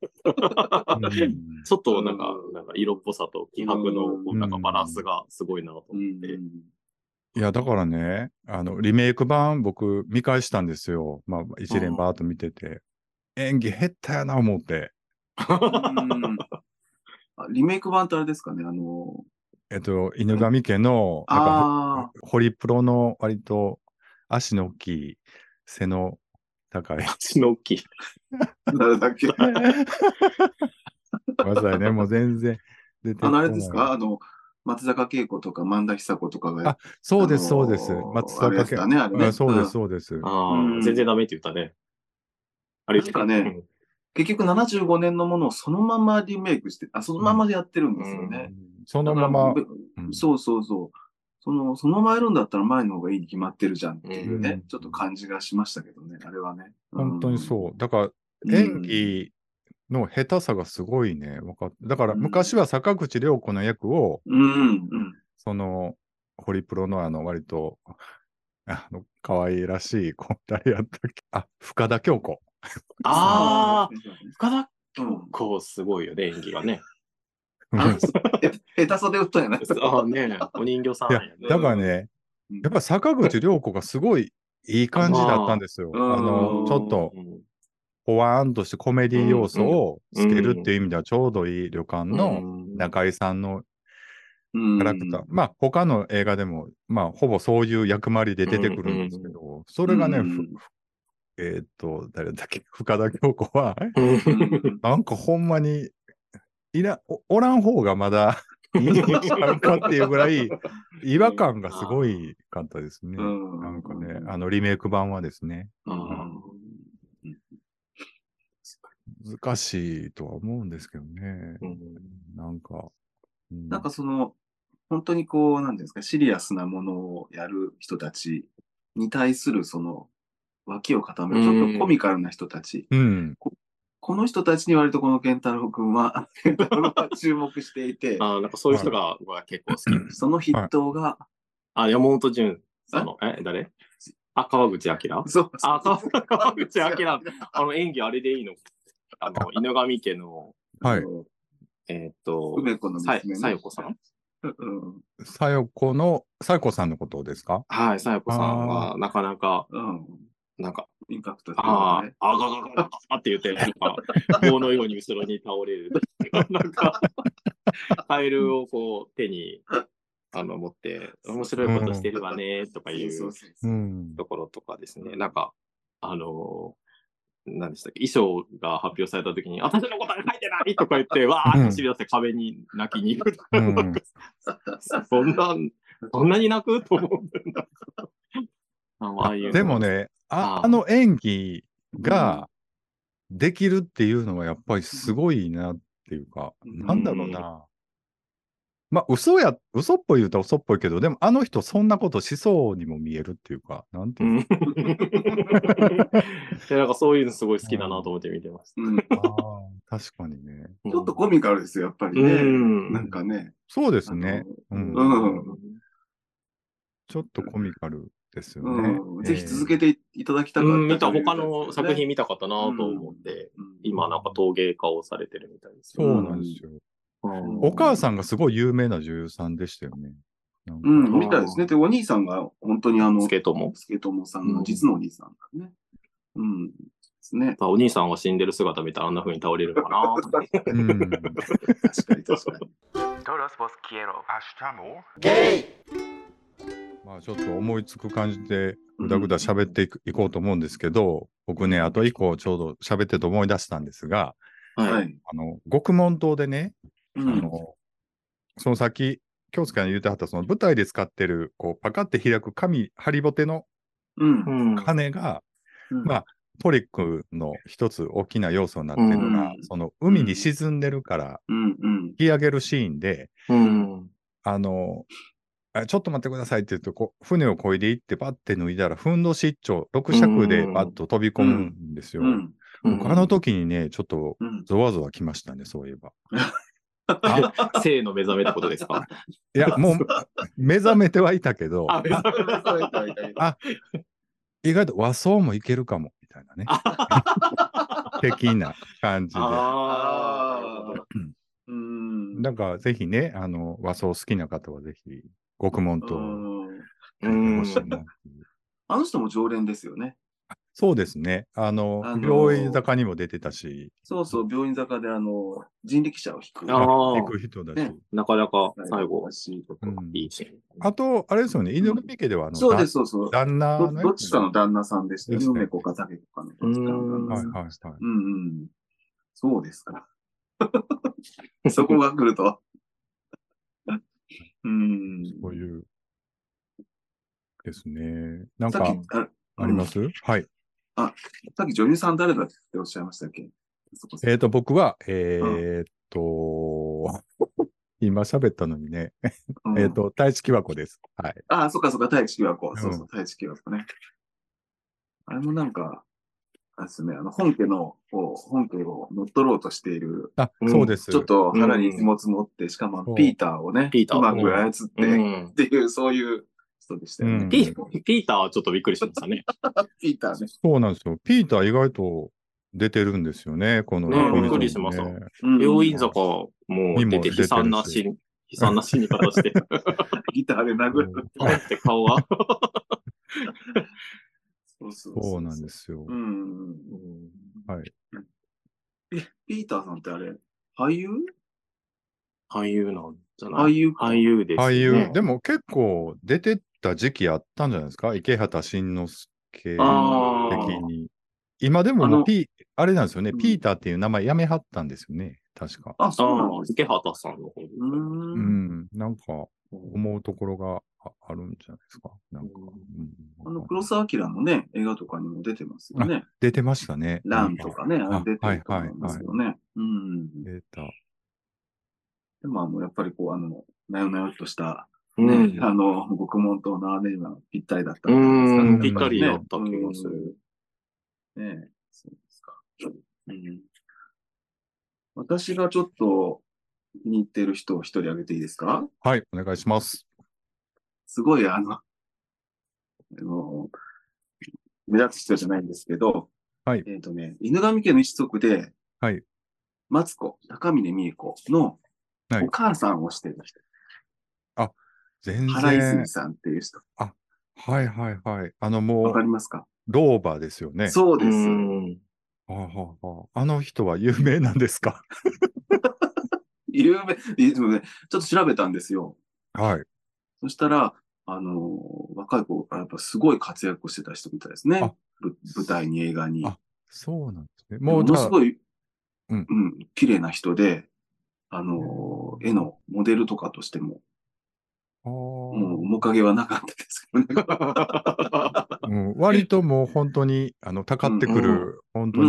ちょっとなんか、なんか色っぽさと気迫のこうなんかバランスがすごいなと思って。 いや、だからね、あの、リメイク版僕見返したんですよ。まあ、一連バーっと見てて。演技減ったやな思って。 うんあリメイク版ってあれですかね、あの、 えっと、犬神家の、なんかああ、 ホ、ホリプロの割と足の大きい、背の高い。 足の大きい。 誰だっけ。 ごめんなさいね、もう全然出てこない。 あの、あれですかあの、松坂慶子とか萬田久子とかがあ、そうです、 あのーそうです。松あれや坂家。 ったね、あれね。 あそうです、 うんそうです。 ああ、 うん全然ダメって言ったね。あれ確かね、結局ななじゅうごねんのものをそのままリメイクして、あ、そのままでやってるんですよね。 そだから、 のまま、 べうんそうそうそう。その、そのままやるんだったら前の方がいいに決まってるじゃんっていうね、 うんちょっと感じがしましたけどね、あれはね。 本当にそう。だから、 うん演技の下手さがすごいね、わかっだから、昔は坂口涼子の役を、 うん、うん。 その、ホリプロのあの、割と、あの、可愛らしい子、誰やったっけあ、深田恭子。 ああ、深田うん。 こうすごいよね、演技がね。 あの、え下手さで打ったんやないですか。 ああね、お人形さんいややね。、 だからね、やっぱ坂口涼子がすごいいい感じだったんですよ。 あーあの、ちょっと、 うんほわーんとしてコメディ要素をつけるっていう意味ではちょうどいい旅館のうん中井さんのうんキャラクター。まあ、他の映画でも、まあ、ほぼそういう役回りで出てくるんですけど、それがね、ふえーっと、誰だっけ、深田恭子は、 うんなんかほんまに、いら、おおらん方がまだいいんちゃうかっていうぐらい、違和感がすごいかったですね。 うんなんかね、あのリメイク版はですね、 うん難しいとは思うんですけどね。 うんなんか、うんなんかその、本当にこう、なんていうんですか、シリアスなものをやる人たちに対するその、脇を固める、ちょっとコミカルな人たち。 うん。 この人たちに割とこの健太郎くんは、健太郎は注目していて、 あーなんかそういう人が僕は結構好きです。 その筆頭が、 あ、山本潤さんの、え、誰あ、川口明そうあ、川川口明あの演技あれでいいのあの、犬神家の、 はい。 えーっと、 梅子のさ娘ねさよこさんうんさよこの、さよこさんのことですか？ はい、さよこさんはなかなか、 うん。 なんか、 インパクト強いあね。 あ、あがががががって言って、なんか、棒のように後ろに倒れる。なんか、カエルをこう手に、あの、持って、面白いことしてるわね、とかいうそうそうそうう。 ん。 ところとかですね。なんか、あのー、何でしたっけ、衣装が発表されたときに、私のことは書いてないとか言って、わーって走り出して壁に泣きに行くとか、 うんなんかそんな、そんなに泣くと思うんだよな。ああいうでも、ね、ああーあの演技が、 できるっていうのはやっぱりすごいなっていうか、 うんなんだろうな。まあ、嘘や、嘘っぽい言うと嘘っぽいけど、でもあの人そんなことしそうにも見えるっていうか、なんてういうの。 ん。で、なんかそういうのすごい好きだなと思って見てましうん、ちああ、確かにね。 た。 ょっとコミカルですよ、やっぱりうね。 ん。 なんかね。 そうですね。う。 うんん。 ちょっとコミカルですよね。 うん、ぜひ続て。 けていただきたかったうん、見たという他の作品見たかったなと思って、今なんか陶芸家をされてるみたいですそよ。 うなんですよ。 うんお母さんがすごい有名な女優さんでしたよね。なんかうん、みたいですね。で、お兄さんが本当にあの、 スケートも。 スケトモさんの実のお兄さんだね。うん。ですね。 お兄さんが死んでる姿見たらあんな風に倒れるのかなと思って。 うん。 確かに確かに。 Todos vos quiero. Hasta まあちょっと思いつく感じでぐだぐだ喋っていく、いこうと思うんですけど、僕ね、あと一個ちょうど喋ってて思い出したんですが、 ははい。 い。 あの、獄門島でね、 うんあの、その先、京介が言うてはった、その舞台で使ってる、こう、パカって開く紙、ハリボテのうんう。ん。 羽が、 うんまあ、トリックの一つ大きな要素になってるのが、 うんその海に沈んでるからうんうん引き上げるシーンで、 うん。 あの、あちょっと待ってくださいって言うと、こう船を漕いでいって、パッて脱いだら、ふんどし一丁、ろく尺でパッと飛び込むんですよ。 うん僕、あの時にね、ちょっとうんゾワゾワきましたね、そういえば。 あ、性の目覚めってことですか？ いや、もう、目覚めてはいたけど、 あ、目覚め。 あ意外と和装もいけるかも、みたいなね。的な感じで。 ああ。 うん。 だから、ぜひね、あの、和装好きな方はぜひ、獄門とうん書いてほしいなっていう。 あの人も常連ですよね。 そうですね。あの、 あのー病院坂にも出てたし、 そうそう、病院坂であの、人力車を引く。 ああ行く人だし。 ねなかなか最後、 うんいいシーン。 あと、あれですよね、犬神家では、あの、 そうです、そうそう。 旦那のやつどどっちかの旦那さんでしたよね。 ですね梅子か竹子かのどっちかの旦那はいさん。 はいはい。 うんうん。そうですか。そこが来ると。うん。 そういう、ですね。なんかさっき、、ああります、はい。 さっき女優さん誰だっておっしゃいましたっけ？そこそこえっ、と、僕は、えーっと、今喋ったのにね、 うんえっと、太一木和子です。はい。 ああ、そっかそっか、太一木和子。 んそうそう、太一木和子ね。あれもなんか、あれですね、あの、本家の、こう、本家を乗っ取ろうとしている、 あ、 うんそうです。 ちょっと腹に荷物持って、しかもそうピーターをね、 ピーターうまく操って、 うんっていう、そういう人でしたよね。 うんピピーターはちょっとびっくりしましたね。 ピーターね。 そうなんですよ。ピーター意外と出てるんですよね、このね横溝にびっくりしましたうん病院坂も出て悲惨なに死に、悲惨な死に方して、 ギターで殴る。 ポンって顔が。 そうそうそうなんですよ。 うん。 うんはい。 え、ピーターさんってあれ、俳優俳優なんじゃない？ 俳優か俳優です俳よね。 優、でも結構出てた時期あったんじゃないですか、池畑慎之介あ的に。今でもあのもうピあれなんですよね、 うんピーターっていう名前やめはったんですよね、確か。 あ、 あ、 そうなのああ、池畑さんの方で。 うー。 うんん、なんか思うところがああるんじゃないですか。なんか、 あの、 うん、 黒澤明のね、映画とかにも出てますよね。 出てましたね。 ランとかね、ああれ出てると思いますよね。うん。 出た。 でも、あの、やっぱりこう、あの、なよなよっとした、 うね、 ん。 あの、獄門と縄ねぎがぴったりだったうじゃないですかん、 ねぴったりだった気がする。 ねえ、そうですか。うん、私がちょっと気に入ってる人を一人挙げていいですか？ はい、お願いします。 すごい、あの、あの目立つ人じゃないんですけど、 はいえっ、とね、犬神家の一族で、 はい。 マツコ、高峰美恵子のはいお母さんをしてる人、 全原然泉。さんっていう人、 はいはいはい。あのわもう、 かりますか？ 老婆ですよね。 そうです。 ん。 はあはあはあ、あの人は有名なんですか？ 有名、でもね、ちょっと調べたんですよ。 はい。 そしたら、あの、若い子、やっぱすごい活躍をしてた人みたいですねあ。 ぶ舞台に映画に。 あそうなんですね。 ももうじゃあ、 のすごい、 ううんん、綺麗な人で、あの、絵のモデルとかとしても、 あーもう面影はなかったですけどね。 うん、割ともう本当に、あの、たかってくる、本当に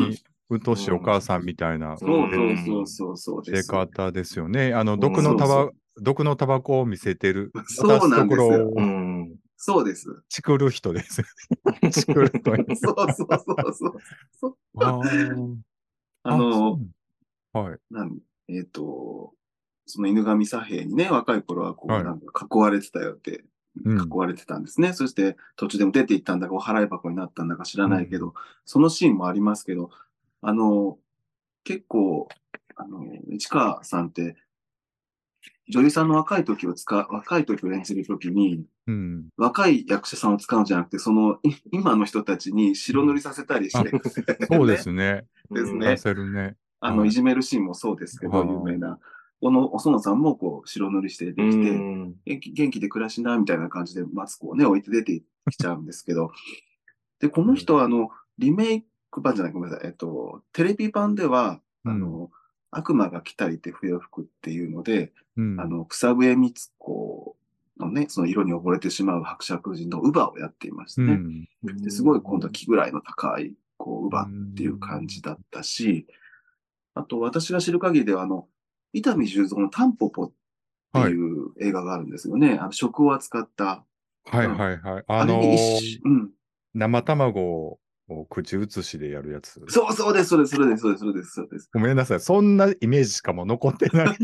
うとしいお母さんみたいなそうそうそうそうそうで出す。 方ですよね。あの、 ん毒のタバそう、 毒のタバコを見せてる、 そうなんですよ。 渡すところをうん。 そうです。 チクる人です。チクる人。 そうそうそうそうそう。 あーあの、 そうはい。 なんえっ、と、その犬神左兵にね、若い頃はこう、 はいなんか囲われてたよって、 うん囲われてたんですね。そして途中でも出て行ったんだか、お払い箱になったんだか知らないけど、 うんそのシーンもありますけど、あの、結構、あの、市川さんって、女優さんの若い時を使う、若い時を演じる時に、 うん。 若い役者さんを使うんじゃなくて、その、い今の人たちに白塗りさせたりして、 そうでねすね。 ですね。 出せるね。 あの、 はいいじめるシーンもそうですけど、 はい有名な。このお園さんもこう、白塗りして出てきて、 うん元気元気で暮らしな、みたいな感じでマスクをね、置いて出てきちゃうんですけど、で、この人はあの、リメイク版じゃない、ごめんなさい、えっと、テレビ版では、あの、悪魔が来たりて笛を吹くっていうので、 うん。 あの、草笛光子のね、その色に溺れてしまう伯爵人の乳母をやっていましたね。 うん。 ですごい今度は木ぐらいの高い、こう、乳母っていう感じだったし、あと私が知る限りでは、あの、伊丹十三のタンポポってはい。 いう映画があるんですよね。あの食を扱った。 はいうんはいはい。ああれのに一ー、 種、うん。 生卵を口移しでやるやつ。 そうそうです、そうです、そうです、そうです、そうです、そうです。 ごめんなさい。そんなイメージしかもう残ってない。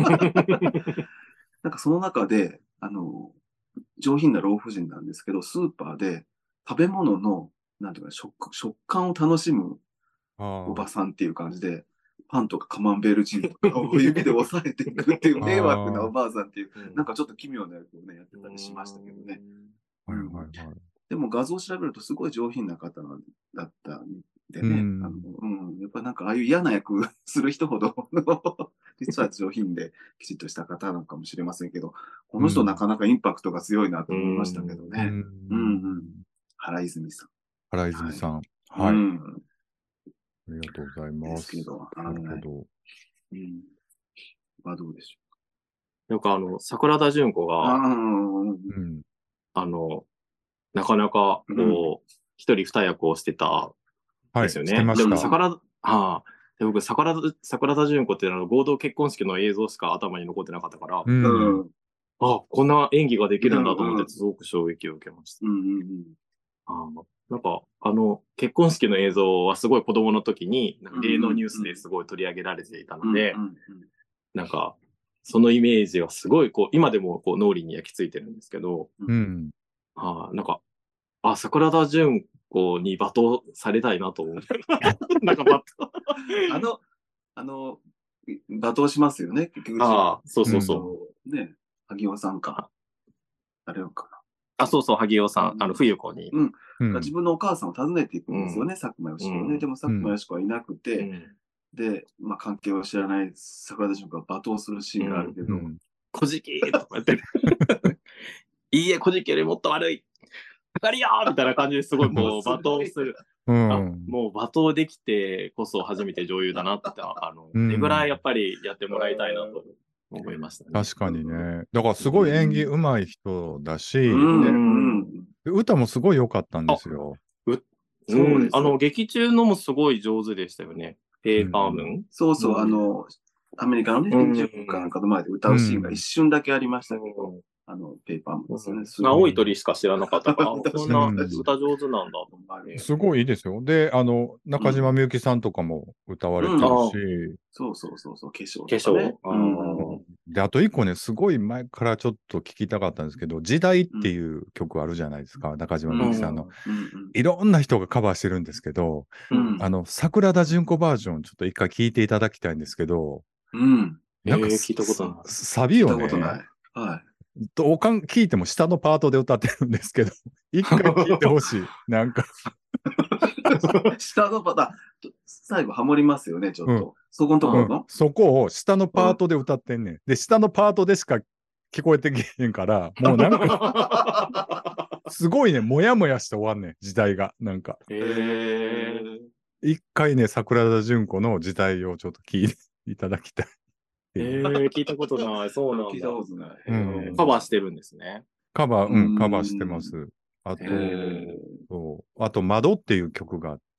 なんかその中で、あの、上品な老婦人なんですけど、スーパーで食べ物の、なんていうか、食、食感を楽しむおばあさんっていう感じで、パンとかカマンベールチーズとかを指で押さえていくっていう迷惑なおばあさんっていう、なんかちょっと奇妙な役をね、やってたりしましたけどね。 あ。はいはいはい。 でも画像を調べるとすごい上品な方なんだったんでね、 うんあのうん、やっぱなんかああいう嫌な役する人ほど実は上品できちっとした方なのかもしれませんけど、この人なかなかインパクトが強いなと思いましたけどうね。うんん。 うん。原泉さん。 原泉さん。 うはい。あん。 りがとうございでますす。 けど、 なるほど。 うん。はどうでしょなんかあの、桜田淳子う。あが、 あ、 うん。 あの、なかなか、こう、一人二役をしてたんはい。 ですよね。 してました。 でも桜、ああ、で僕、桜田、桜田淳子っていうのは合同結婚式の映像しか頭に残ってなかったから、 うん。 うん。うんあ、こんな演技ができるんだと思って、 うんうんすごく衝撃を受けました。 うんうん。 あーなんか、あの、結婚式の映像はすごい子供の時に、なんか芸能ニュースですごい取り上げられていたので、 うんうんなんか、そのイメージがすごい、こう、今でもこう脳裏に焼き付いてるんですけど、 うん。 あーなんか、あ、桜田淳子に罵倒されたいなと思う。なんか罵倒。 あの、あの、罵倒しますよね、結局。 ああ、そうそううんそう。 う。ね、萩尾さんか。誰かあ、そうそう、萩尾さん、あの、冬子に。 うんうんな。自分のお母さんを訪ねていくんですよね、佐久間よし子をね。 うんでも佐久間よし子はいなくうて、 ん。 で、まあ、関係を知らない桜田淳子が罵倒するシーンがあるけど、 うん。 小じきとか言って。いいえ、小じきよりもっと悪い。かかりよみたいな感じですごいこう、罵倒する。 うあん。 もう罵倒できてこそ初めて女優だなって、あの、 うんねぐらいやっぱりやってもらいたいなと思いましたね。 確かにね。だからすごい演技上手い人だし、 うん、 でうん。 で歌もすごい良かったんですよ。 うそうですんあの、劇中のもすごい上手でしたよね。ペーパームーン。 そうそう、 うんあの、アメリカのね、 うん編集かなんかの前で歌うシーンが一瞬だけありましたけど、あの、ペーパーもですね。すごい青い鳥しか知らなかったから、あうんこんな歌上手なんだと思って。 すごいいいですよ。で、あの、中島みゆきさんとかも歌われてるし、 そうそうそうそう、化粧と化かね。 粧。 うんあで、あと一個ね、すごい前からちょっと聞きたかったんですけど、時代っていう曲あるじゃないですか、中島みゆきさんの。 うんいろんな人がカバーしてるんですけど、 うんあの、桜田淳子バージョンちょっと一回聞いていただきたいんですけけど、 うん。 なんか、 えー聞いたことないササビ聞いをね、 たことない。はどうかん聞いても下のパートで歌ってるんですけど、一回聞いてほしい。なんか、 い。下のパターン、最後ハモりますよね、ちょっと。そこのとこうんろの。 そこを下のパートで歌ってんねん。で、下のパートでしか聞こえてけへんから、もうなんか、すごいね、もやもやして終わんねん、時代が。なんか、 えー一回ね、桜田淳子の時代をちょっと聞いていただきたい。 えー、聞いたことない。そうなんだ。 聞いたことない。 うんカバーしてるんですね。 カバー、う、 うんんカバーしてます。あと、 へーそうあと、窓っていう曲があって、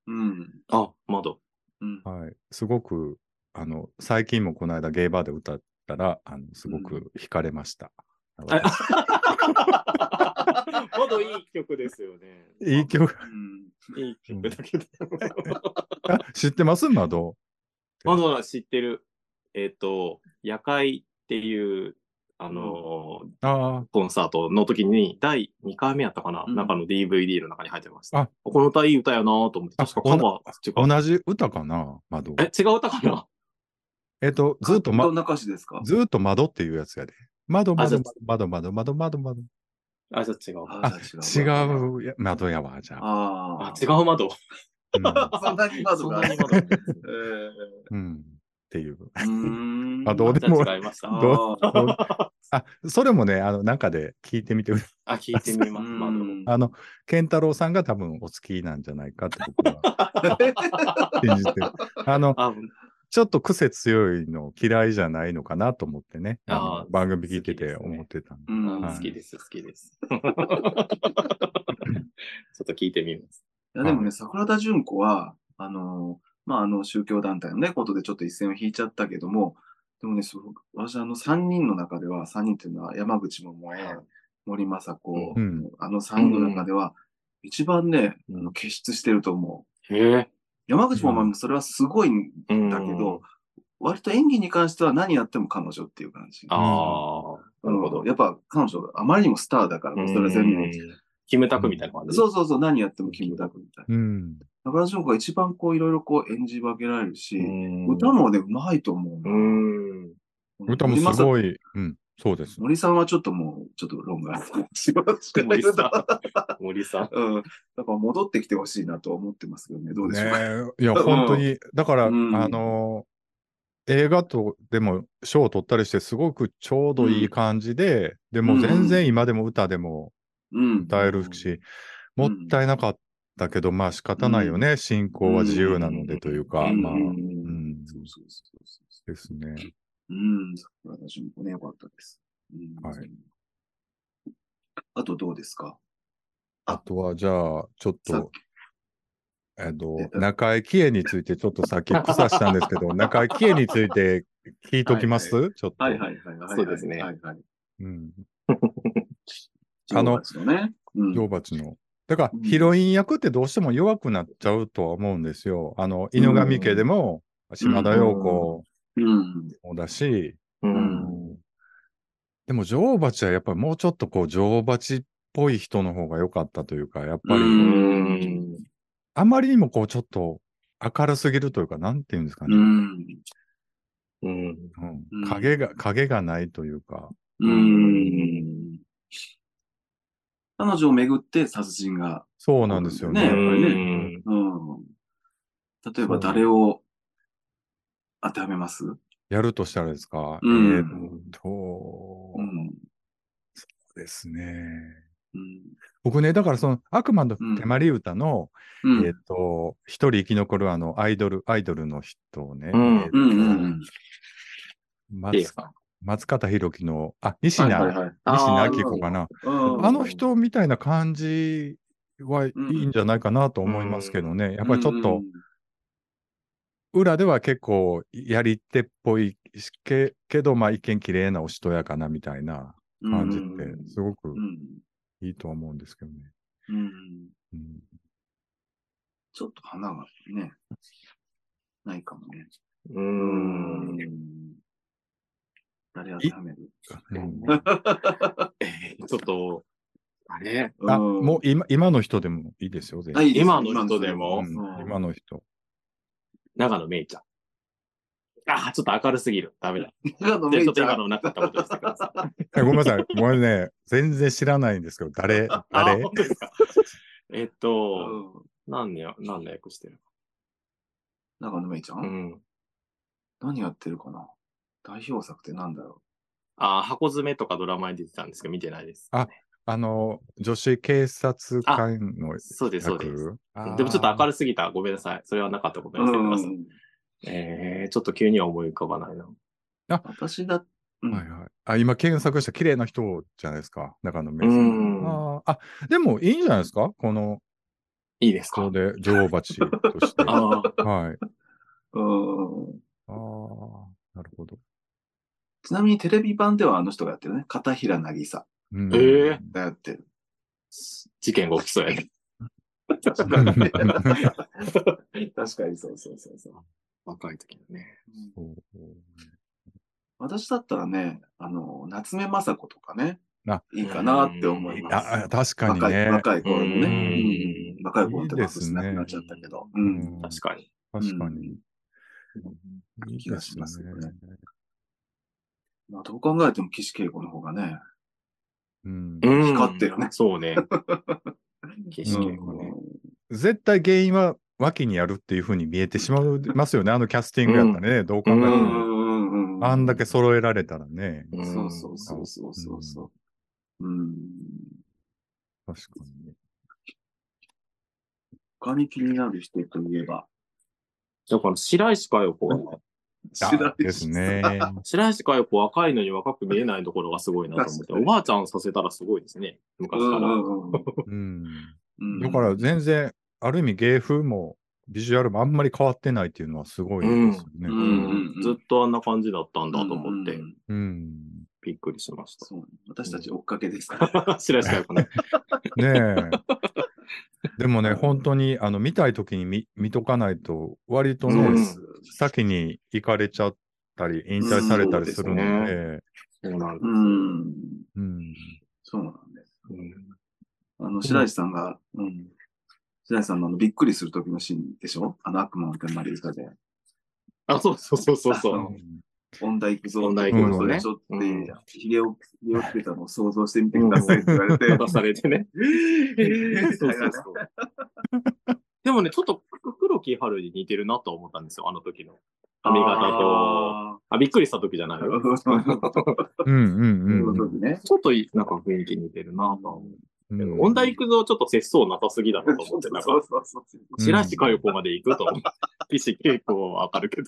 うん。 あ、窓。 うん。 はい。すごく、あの、最近もこの間ゲイバーで歌ったら、あの、すごく惹かれました。私窓いい曲ですよね。 いい曲。 うん。 いい曲だけど。 あ、知ってます窓。 窓は知ってる。えっ、と、夜会っていう、あのーあコンサートの時に、だいにかいめやったかな、 うん中の ディーブイディー の中に入ってました。 あこの歌いい歌やなと思って、 あ確かカバー、違あ、 う。 同じ歌かな窓。 え、違う歌かな。 えっと、ずっと、まどん、な歌詞ですか？ ずっと窓っていうやつやで。窓、 あ、じゃ窓、窓、窓、窓、窓、窓。 あ、じゃあ違う。 あ、 あ、 じゃあ違う。 違うや窓やわ、じゃあ。 ああ。 あ、違う窓。 うん。 そんなに窓が。 そんなに窓なんですねえーうん。っていう。 うーん。 あ、どうあ、じゃでも、 あ違いました。 どう、 あどうあ、それもね、あの、中で聞いてみてください。 あ、聞いてみうます、窓。 ん。 あの、健太郎さんが多分お好きなんじゃないかって僕は信じてる。あの、 あ、 ちょっと癖強いの嫌いじゃないのかなと思ってね、あのあー番組聞いてて好きですね思ってたんで。 うんあはい好きです、好きです。ちょっと聞いてみます。 いやでもね、 はい桜田淳子は、あの、まあ、あの、宗教団体のね、ことでちょっと一線を引いちゃったけども、でもね、そう私、あの、三人の中では、三人っていうのは山口百恵、森昌子、 うんあの三人の中では、一番ね、 うんあの傑出してると思う。 へえ。 山口百恵もそれはすごいんだけど、割と演技に関しては何やっても彼女っていう感じ。 ああ、なるほどうん。やっぱ彼女、あまりにもスターだから、それは全面。 キムタクみたいな感じ。 そうそうそう、何やってもキムタクみたいな。 うん。 中田翔子が一番こういろいろこう演じ分けられるし、 うん歌もね、うまいと思ううな。 ん。 歌もす森正ごい、うん、そうです。 森さんはちょっともう、ちょっと論があるかもしれない森さん。森さん。 うん。だから戻ってきてほしいなとは思ってますけどね。どうでしょうか。 ねえ、いや、本当に、だから、 うんあの映画とでも賞を取ったりして、すごくちょうどいい感じで、でも全然今でも歌でもうん。 歌えるし、もったいなかったけど、まあ仕方ないよね。進行は自由なのでというか、まあ、 うん。 ううんん、 そうそうそうそうですね。 うん。私もね、よかったです。うんはい。 あとどうですか？ あとは、じゃあ、ちょっさっと、えっと、 え中井貴恵についてちょっとさっき草したんですけど、中井貴恵について聞いときます、 はいちょっと。 はいはいはいはい。 そうですねはいはい。 うん。 女王蜂のね。うん女王蜂の。だから、 うんヒロイン役ってどうしても弱くなっちゃうとは思うんですよ。あの、犬神家でも、島田陽子うん。 もだし、 うん。 でも女王蜂はやっぱりもうちょっとこう、女王蜂っぽい人の方が良かったというか、やっぱうり、 うん。 あまりにもこう、ちょっと明るすぎるというか、なんていうんですかね。 うん。 うん。 うんうん影が、影がないというか、 うん。彼女をめぐって殺人がそう起こなんですよるんだよね、やっね。 ぱりね。 うんうん。例えばそう誰を当てはめます？ やるとしたらですか、 うんえーっと、 うん。 ですね。 うん。 僕ね、だからその悪魔のうん手まり歌の、 うん。 えーっと、一人生き残るあのアイドル、アイドルの人をね、 うんえーっと、 うんうん松松方弘樹の、あ、西名、 はいはいはい。 西名あー明子かな。 うん。 あの人みたいな感じはいいんじゃないかなと思いますけどね。やっぱりちょっと、裏では結構やり手っぽいけけど、まあ一見綺麗なおしとやかなみたいな感じって、すごくうん。 いいとは思うんですけどね。 うん。 うんちょっと花がね、ないかもね。 う。 うんん。誰当てはめる？ うんえーちょっと、あれあ、 うんもう今今の人でもいいですよ、全然。 あいいですよ今の人でもうんうん今の人。 長野めいちゃん。ああ、ちょっと明るすぎる。ダメだ。 長野じゃあちょっとめいちゃん今のなかったことにしてください。 えごめんなさい。ごめんね。全然知らないんですけど、誰あ、 誰本当ですか。えっうと、 ん何年、何の役してる長野めいちゃうんん。 何やってるかな？代表作ってなんだろああ、箱詰めとかドラマに出てたんですけど、見てないです。 ああの、女子警察官のそうです、そうです。 役あーでもちょっと明るすぎた。ごめんなさい。それはなかったことにしてください。 うん。 えー、ちょっと急には思い浮かばないな。 私だ、うんはいはい。あ、今検索した綺麗な人じゃないですか。中野芽う郁さん。 ん。 あーあ、でもいいんじゃないですかこの、 いいですか。 それで女王蜂として。 ああ、 はい。 うんああ、なるほど。 ちなみにテレビ版ではあの人がやってるね。片平なぎさうん、 ええがやってる。 事件が起きそうやね。 確かに。確かにそうそうそうそう。 若い時のね。 そう私だったらね、あの、夏目雅子とかね、 あいいかなって思います。 あ、確かに若い、 ね。 若い頃のね。 ううんん若い頃ってまあいいですねなくなっちゃったけど。う。 うんん、 確かに。 確かに。いい気がしですね。 ますよねまあ、どう考えても岸恵子の方がね、 うんうん光ってるねそうね。景色がね。 絶対原因は脇にあるっていう風に見えてしまいますよね。あのキャスティングやったらね。どう考えてうんうも。 んうんうん。 あんだけ揃えられたらね。 うんそうそうそうそうそうそう。うん。 確かに。 他に気になる人といえば。 だから白石佳代子はね、 あですね。 白石佳代子若いのに若く見えないところがすごいなと思って、 確かにおばあちゃんさせたらすごいですね。昔から。 うんうんうんうん。 うんだから全然、ある意味芸風もビジュアルもあんまり変わってないっていうのはすごいですよね。 ううんうんずっとあんな感じだったんだと思ってうんうんうん。 びっくりしました。 そう私たち追っかけですから。 白石佳代子ね。 ねえ。でもね、 うん本当に、あの、見たいときに見、見とかないと、割とね、 うん先に行かれちゃったり、引退されたりするのうんで、 そうなんですよ。 うん。 うん。 そうなんです。 うんあの、白石さんが、うん。白石さんのあの、びっくりする時のシーンでしょあの悪魔の手まで歌で。 あ、そうそうそうそうそう。 あ音大行くぞ音大って行くぞねこれちょっとでいいじゃん。 うひげを、ひげをつけたのを想像してみてくださいって言われて。 出されてね。そうそうそう。でもね、ちょっと黒木春に似てるなと思ったんですよ、あの時の。髪型と。 ああ、びっくりした時じゃないよ。 ーうんうんそうんの時ね。 ちょっといなんか雰囲気似てるなとは思う。 うん。うん音大行くぞ、ちょっと節操なさすぎだなと思って、なんか、 そうそうそうそう。 白石佳代子まで行くと思う。岸恵子はわかるけど。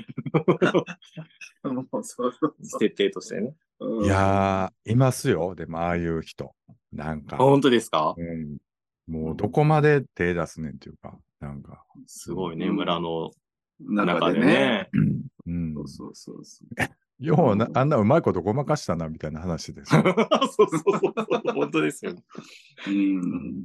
もうそうそうそう設定としてね。 うんいやー、いますよ。でも、ああいう人。なんあ、 か、 本当ですかうん、もうどこまで手出すねんっていうか、なんか。 すごいね、 うん村の中中ででね。 ね。 うんそう。そうそうそう。 ような、あんなうまいことごまかしたな、みたいな話ですよ。 そうそうそうそう。本当ですよね。 うん。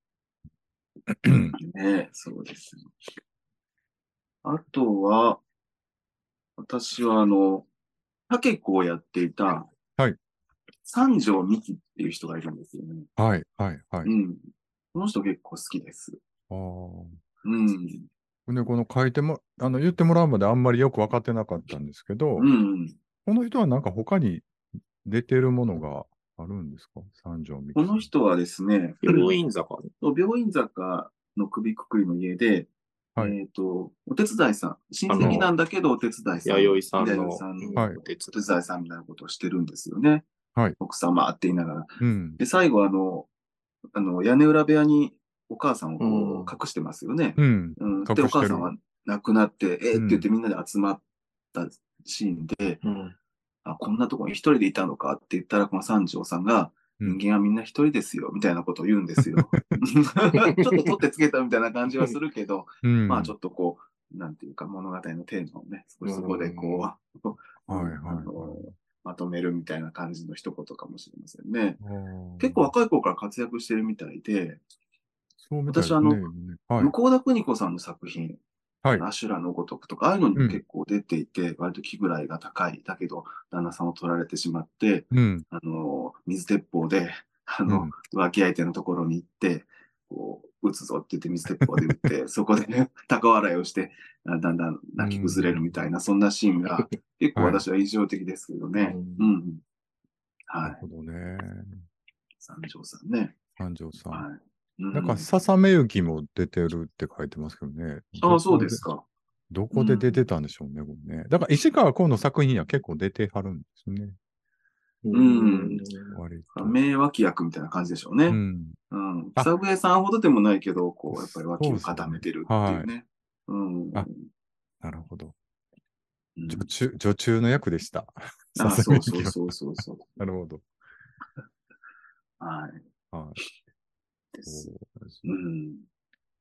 ねそうですね。あとは、私はあの、竹子をやっていた、 はい。 三条美希っていう人がいるんですよね。 はい、はい、はい。 うん。この人結構好きです。 ああ。 うん。 ね、この書いても、あの、言ってもらうまであんまりよく分かってなかったんですけど、 うん。 この人はなんか他に出てるものがあるんですか？三条美こ樹さん。 の人はですね、 病院坂。 病院坂の首くくりの家で、 はいえっ、と、お手伝いさん、親戚なんだけどお手伝いさん、 弥生さんの弥生さんのはいお手お手伝いさんみたいなことをしてるんですよね。 はい。 奥様って言いながら。 うん。 で、最後あの、あの、屋根裏部屋にお母さんをこうんう隠してますよね。 うん。 うん。で、 隠してるお母さんは亡くなって、えーって言ってうんみんなで集まったシーンで、 うん。 あ、こんなとこに一人でいたのかって言ったら、この三条さんが、 うん人間はみんな一人ですよ、みたいなことを言うんですよ。ちょっと取ってつけたみたいな感じはするけど、 うん。 まあちょっとこう、なんていうか物語のテーマをね、少しそこでこう、 はいはいあのはいまとめるみたいな感じの一言かもしれませんね。 あー結構若い頃から活躍してるみたいで、 そうみたいですね。 私あのはい。 向田邦子さんの作品、 はい。 アシュラのごとくとか、ああいうのにも結構出ていて、割と気ぐらいが高い。だけど、旦那さんを取られてしまって、 うん。 あの、水鉄砲で、あの、 うん浮気相手のところに行って、こう、撃つぞって言って水鉄砲で撃って、そこでね、高笑いをして、あだんだん泣き崩れるみたいな、そんなシーンが結構私は印象的ですけどね。 ううんん。はい。 なるほどね。 三条さんね。 三条さん。 はい。うなんか、ささめゆきも出てるって書いてますけどね。 ああ、そうですか。 どこで出てたんでしょうね、これね。だから、石川光の作品には結構出てはるんですね。 うん割と。 名脇役みたいな感じでしょうね。 うん。 うん。 あ草笛さんほどでもないけど、こう、やっぱり脇を固めてるっていうね。うん。 あなるほど。 うん女中、女中の役でした。 あ、 ささそうそうめゆきはそうそうそう。 なるほど。 はい。 はい。 です。 そうですうん。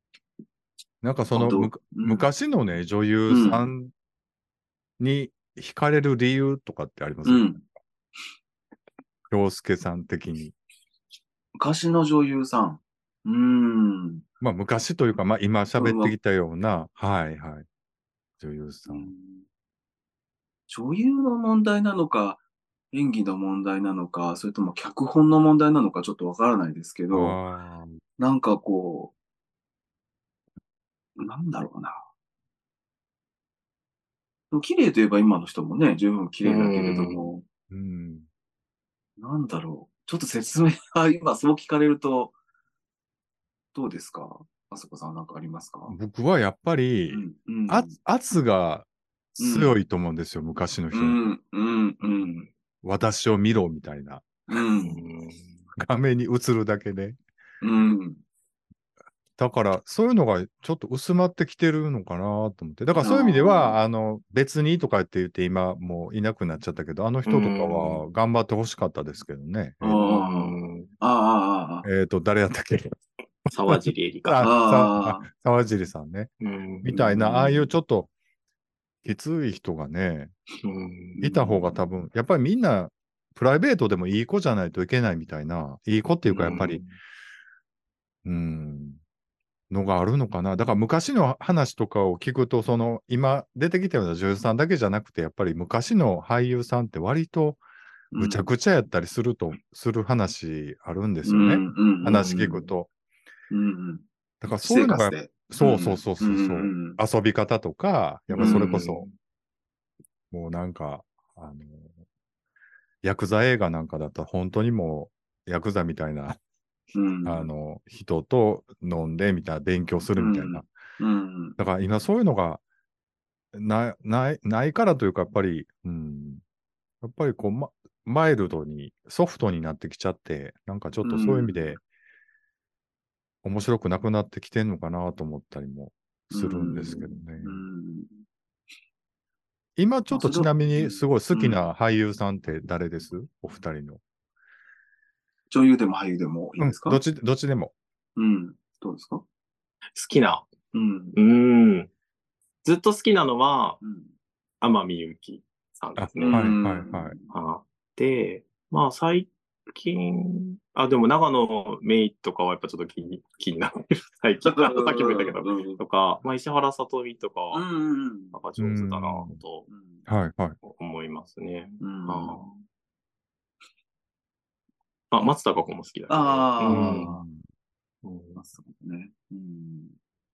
なんかそのむ、 本当うん昔のね、女優さんに惹かれる理由とかってあります？ うん。 洋介さん的に。 昔の女優さん。うーん。 まあ昔というか、まあ今喋うんってきたような、はいはい。女優さん。 女優の問題なのか、演技の問題なのか、それとも脚本の問題なのかちょっとわからないですけど、 ああ。 なんかこう、なんだろうな。綺麗といえば今の人もね、十分綺麗だけれども、 うん。 なんだろう。ちょっと説明が今そう聞かれると、どうですか？あそこさんなんかありますか？ 僕はやっぱり、 うん、うん、 圧、圧が強いと思うんですよ、昔の人。 うん、うん、うん、 私を見ろみたいな。 うん、 画面に映るだけで。 うん、 だから、そういうのがちょっと薄まってきてるのかなと思って。だからあそういう意味では、 ーあの、別にとかって言って今もういなくなっちゃったけど、あの人とかは頑張ってほしかったですけどね。 あーあー、あーあえっと、誰やったっけ？ 沢尻エリカ。 あ、さ、あ、 あー、 沢尻さんね。 うんみたいな、ああいうちょっときつい人がね、 うんいた方が多分、やっぱりみんな、プライベートでもいい子じゃないといけないみたいな、いい子っていうかやっぱり、うん、のがあるのかな。だから昔の話とかを聞くと、その、今出てきたような女優さんだけじゃなくて、やっぱり昔の俳優さんって割とむちゃくちゃやったりすると、する話あるんですよね。 うん、うん、 話聞くと。 うん、うん。 だから私そういうのが、 生活で。 そうそうそうそうそう、 ん、 遊び方とか、やっぱりそれこそ、もうなんか、あの、ヤクザ映画なんかだったら本当にもう、ヤクザみたいな、 うん、 あの、人と飲んでみたいな、勉強するみたいな。 うん、 だから今そういうのがな、ない、ないからというか、やっぱり、うん、やっぱりこう、ま、マイルドに、ソフトになってきちゃって、なんかちょっとそういう意味で面白くなくなってきてんのかなと思ったりもするんですけどね。 うん、 今ちょまあ、それを、 っとちなみにすごい好きうんな俳優さんって誰です？お二人の。 女優でも俳優でもいいうん、 ですか？ どっち、どっちでも。 うん、どうですか？ 好きな。 うんう、ーん。ずっと好きなのは、 うん、 天海祐希さんであ、 すね。 はいはいはい。 あで、まあ最近、あ、でも長野メイとかはやっぱちょっと気に、気になってる。最近、さっきも言ったけど、 うんとか、まあ石原さとみとかうは、 ん、 なんか上手だなとはいはい。 思いますね。 うんああ、松たか子も好きだけど。 ああ、 うんうんまあそうね。うん。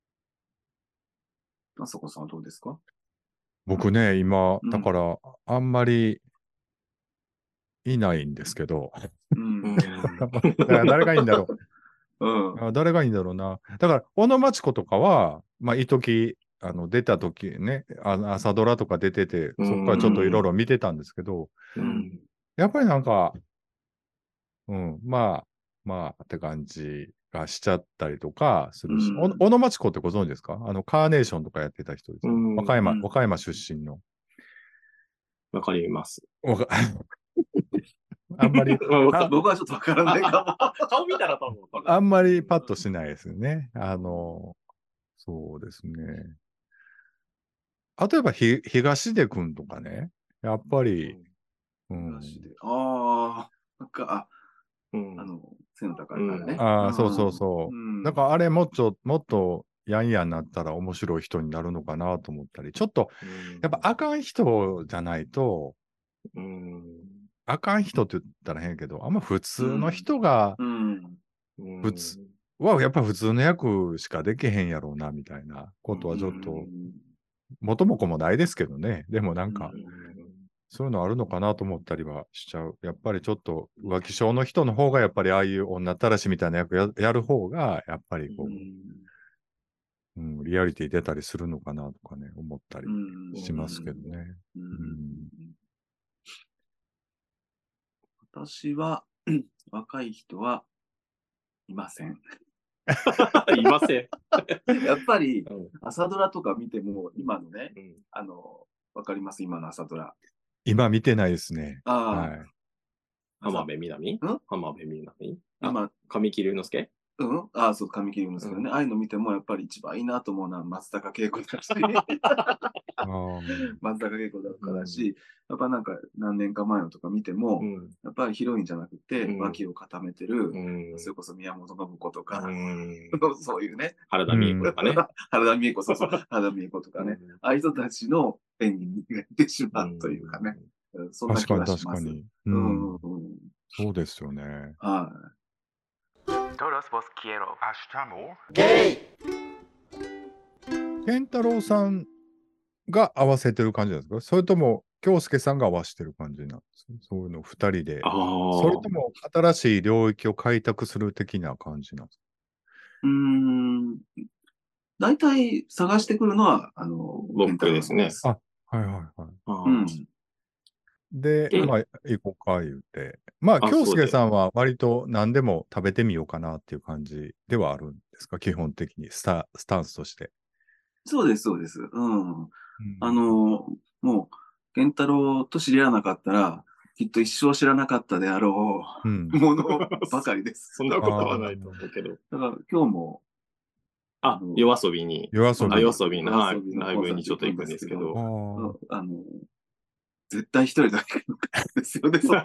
あそこさんはどうですか？ 僕ね、今、 うんだから、あんまりいないんですけど、 う。 うんんだから誰がいいんだろうん。 う。あ誰がいいんだろうな。だから、小野町子とかは、まあ、一時あの、出た時ね、あの朝ドラとか出てて、そこからちょっといろいろ見てたんですけど、 うんやっぱりなんか、うん、まあ、まあ、って感じがしちゃったりとかするし、 うんお小野町子ってご存知ですか？あの、カーネーションとかやってた人ですよ。 うん和歌山、 うん和歌山出身の。 わかります。 わかあんまり、あ僕はちょっとわからないかも。 顔見たら多分わかる。 あんまりパッとしないですね。あの、そうですね。例えばひ、東出くんとかね。やっぱり、うん。 ああ、なんか、 うんあ、あの、背の高いからね。 ああ、そうそうそうう。 ん。 だからあれもっと、もっと、やんやんなったら面白い人になるのかなと思ったり、ちょっと、やっぱあかん人じゃないと、 うんあかん人って言ったら変やけど、あんま普通の人が、 うん。 うん普通はやっぱ普通の役しかできへんやろうな、みたいなことはちょっと、元も子もないですけどね。でもなんか、そういうのあるのかなと思ったりはしちゃう。やっぱりちょっと浮気性の人の方が、やっぱりああいう女ったらしみたいな役ややる方が、やっぱりこう、うん、リアリティ出たりするのかなとかね、思ったりしますけどね。うん私は、若い人はいません。 いません。 やっぱり、 うん朝ドラとか見ても、今のね、 うんあの、わかります今の朝ドラ。 今見てないですね。 ああ、 はい。 浜辺美波ん浜辺美波あ今、 神木隆之介うんああ、そう、神木隆之介ね、ああいうの見ても、やっぱり一番いいなと思うのは松坂慶子だし、 あー松坂慶子だからだし、やっぱなんか何年か前のとか見ても、 うん。 やっぱりヒロインじゃなくて、 うん脇を固めてる、 うん。 それこそ宮本信子とか、 うん。 そういうね、 原田美恵子とかね。 原田美恵子、そうそう、原田美恵子とかね、ああいう人たちの演技に似てしまうというかね、うんそんな気確かにがします。 確かに。 ううんん。 うんそうですよね。 は Todos vos quiero. Hasta amor. 健太郎さんが合わせてる感じなんですか？それとも、京介さんが合わせてる感じなんですか？そういうの二人で。 ああ。 それとも、新しい領域を開拓する的な感じなんですか？ い。うーん。大体探してくるのは、あの、 僕ですね健太郎あ、はいはいはい。 あうん。 ーで、 でまあ、行こうか言うて。まあ、 あ京介さんは割と何でも食べてみようかなっていう感じではあるんですか？基本的に、スタ、スタンスとして。 そうです、そうです。うん。 うんあの、もう、健太郎と知り合わなかったら、きっと一生知らなかったであろう。 うんものばかりです。 そんなことはないと思うけど。 だから今日も、 あ、夜遊びに。 夜遊びあ、夜遊びの、はい夜遊び。のライブにちょっと行くんですけあど。 ーあの、絶対一人だけですよね。そう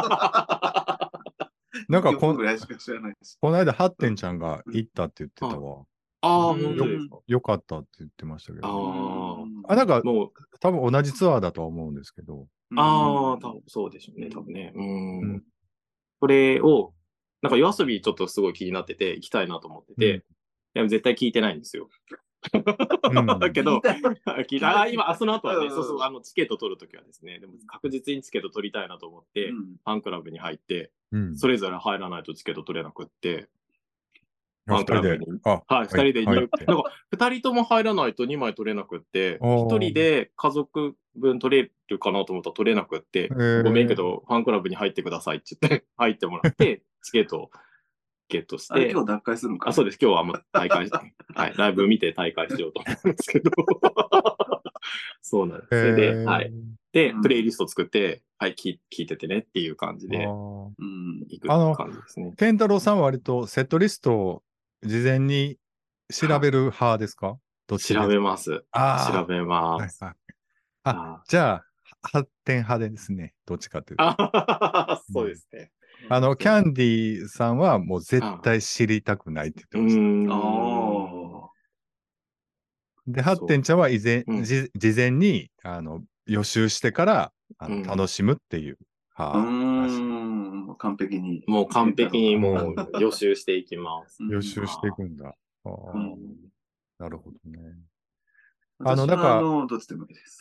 なんかこん一曲ぐらいしか知らないし。 この間、ハッテンちゃんが行ったって言ってたわ。 ああ、 うん本当ですか。 よかったって言ってましたけあど。 あ。 あ、なんか、 もう、 多分同じツアーだとは思うんですけど。 ああ、多分そうでしょうね、多分ね。う。 うんん。 それを、なんか夜遊びちょっとすごい気になってて、行きたいなと思ってて、いや、絶対聞いてないんですよ。 うんだけど、聞いた。あ、今、あ、その後はね、 うんそうそう、あの、チケット取るときはですね、でも確実にチケット取りたいなと思って、ファンクラブに入って、 うん。 それぞれ入らないとチケット取れなくって、フあァンクラブに。 あ、 はい、二人で入、 入ってなんか、二人とも入らないとにまい取れなくって、 あー一人で家族分取れるかなと思ったら取れなくって、 ーごめんけど、ファンクラブに入ってくださいって言って、入ってもらって、チケットをゲットしてあれ今、日脱会するんかあ、そうです。今日はもう大会、はい、ライブ見て大会しようと思うんですけど。そうなんです。それで、 へーはい。でうん、 プレイリスト作って、はい、聞聞いててねっていう感じあでーうん。 行くあの感じですね。 健太郎さんは割とセットリストを事前に調べる派ですか？どっちですか？ 調べます。 あー調べます。 はいはい。あ、 あじゃあ、発展派ですね。どっちかというと。 あ、そうですね。 あの、キャンディーさんはもう絶対知りたくないってう言ってました。 ーん。 ああ。 で、ハッテンちゃんは以前、 うんじ事前に、あの、予習してから、あのうん楽しむっていうう派らしい。 ーん。完璧に。 もう完璧にもう予習していきます。 うん予習していくんだ。あーうんなるほどね。 私はあのなんかあの、どっちでもいいです。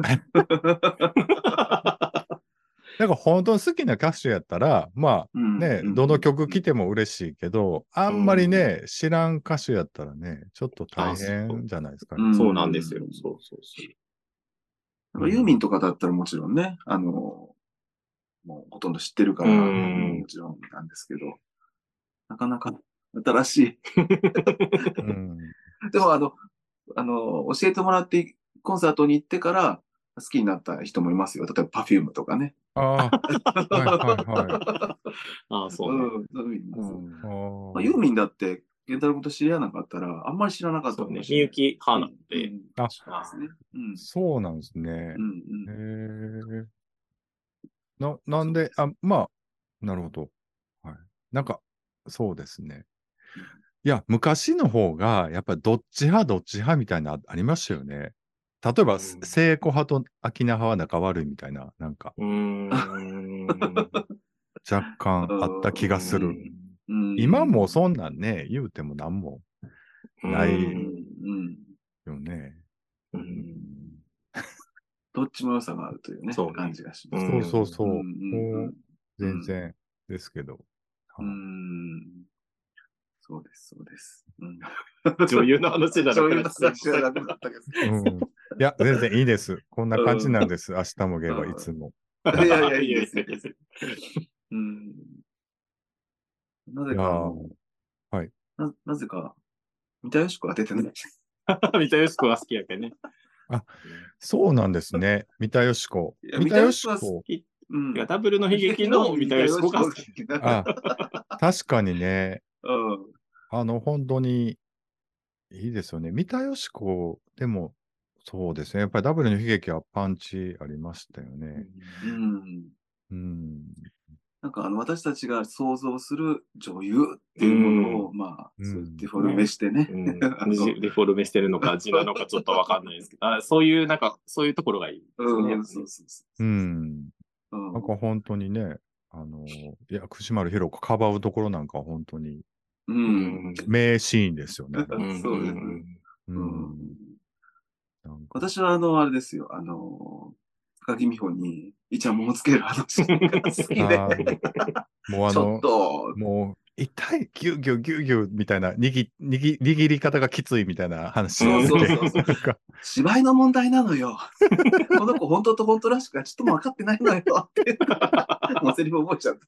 なんか本当に好きな歌手やったら、まあうんね、 うんどの曲聴ても嬉しいけど、あんまりね、知らん歌手やったらね、ちょっと大変じゃないですかね。 うんそうなんですよ。そうそうそう。 なんかユーミンとかだったらもちろんね、あの、もうほとんど知ってるから、 うんもちろんなんですけど、なかなか新しい。 うんでもあの、あの、教えてもらってコンサートに行ってから好きになった人もいますよ。例えば パフューム とかね。 ああ、はいはいはああ、そうね。 うん、そういう意味です。 うんい。あーまあ、ユーミンだって、健太郎君と知り合わなかったら、あんまり知らなかったそうね。 かもしれない。 みゆき派なんうで。 んあそうですね。うん。 そうなんですね。 うんへうん。 え。な、なんで、あ、まあ、なるほど。はい。なんか、そうですね。いや、昔の方が、やっぱりどっち派どっち派みたいなありましたよね。例えば、 うん聖子派と秋菜派は仲悪いみたいな、なんか、 うーん。 若干あった気がする。 うん今もそんなんね、言うてもなんもなういんうん。 よね。 ううんんどっちも良さがあるというね、 そうね感じがします。 そうそうそう。 うんうんうんもう全然ですけど。 うはいん。そうです、そうです。うん女優の話じゃなく女優のなっちゃいま話じゃなくなったけど。 うん。いや、全然いいです。こんな感じなんです。明日もゲーはいうんつも。 いやいや、いいです、いいいやいです。うん。なぜいやか、あのーはい。 な、なぜか、三田佳子は出てない。 三田佳子は好きやけどね。 そうなんですね。三田佳子。 いや三田佳三田佳子は子。 いうん。 やダブルの悲劇の三田佳子が好き。 あ、確かにね。 うん。 あの、本当にいいですよね。三田佳子でも、そうですね。やっぱりダブルの悲劇はパンチありましたよね。 うん。 うん。 なんかあの私たちが想像する女優っていうものを、まあ、 うんそうやってデフォルメしてね。 うん、 あのデフォルメしてるのか、字なのかちょっとわかんないですけど、あ、そういう、なんか、そういうところがいいですよね。 うん、そうそうそうう。 ん。 うんなんか本当にね、あの、いや、薬丸ひろ子かばうところなんかは本当にう。 うんん。 名シーンですよね、あれは。 うんそうです。 ううんん。なんか、 私はあの、あれですよ、あの、高木美帆にイチャモンをつけるあのシーンが好きで、 あーもうあちょっの、 と、 もう、痛い、ギュギュギュギュみたいな、握握握り方がきついみたいな話そうそうをして、 そうそうなんか、 芝居の問題なのよ。この子本当と本当らしくはちょっとも分かってないのよって。もうセリフ覚えちゃった。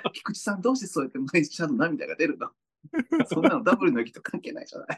菊池さんどうしてそうやって毎日ちゃんと涙が出るの？そんなのダブルの息と関係ないじゃない。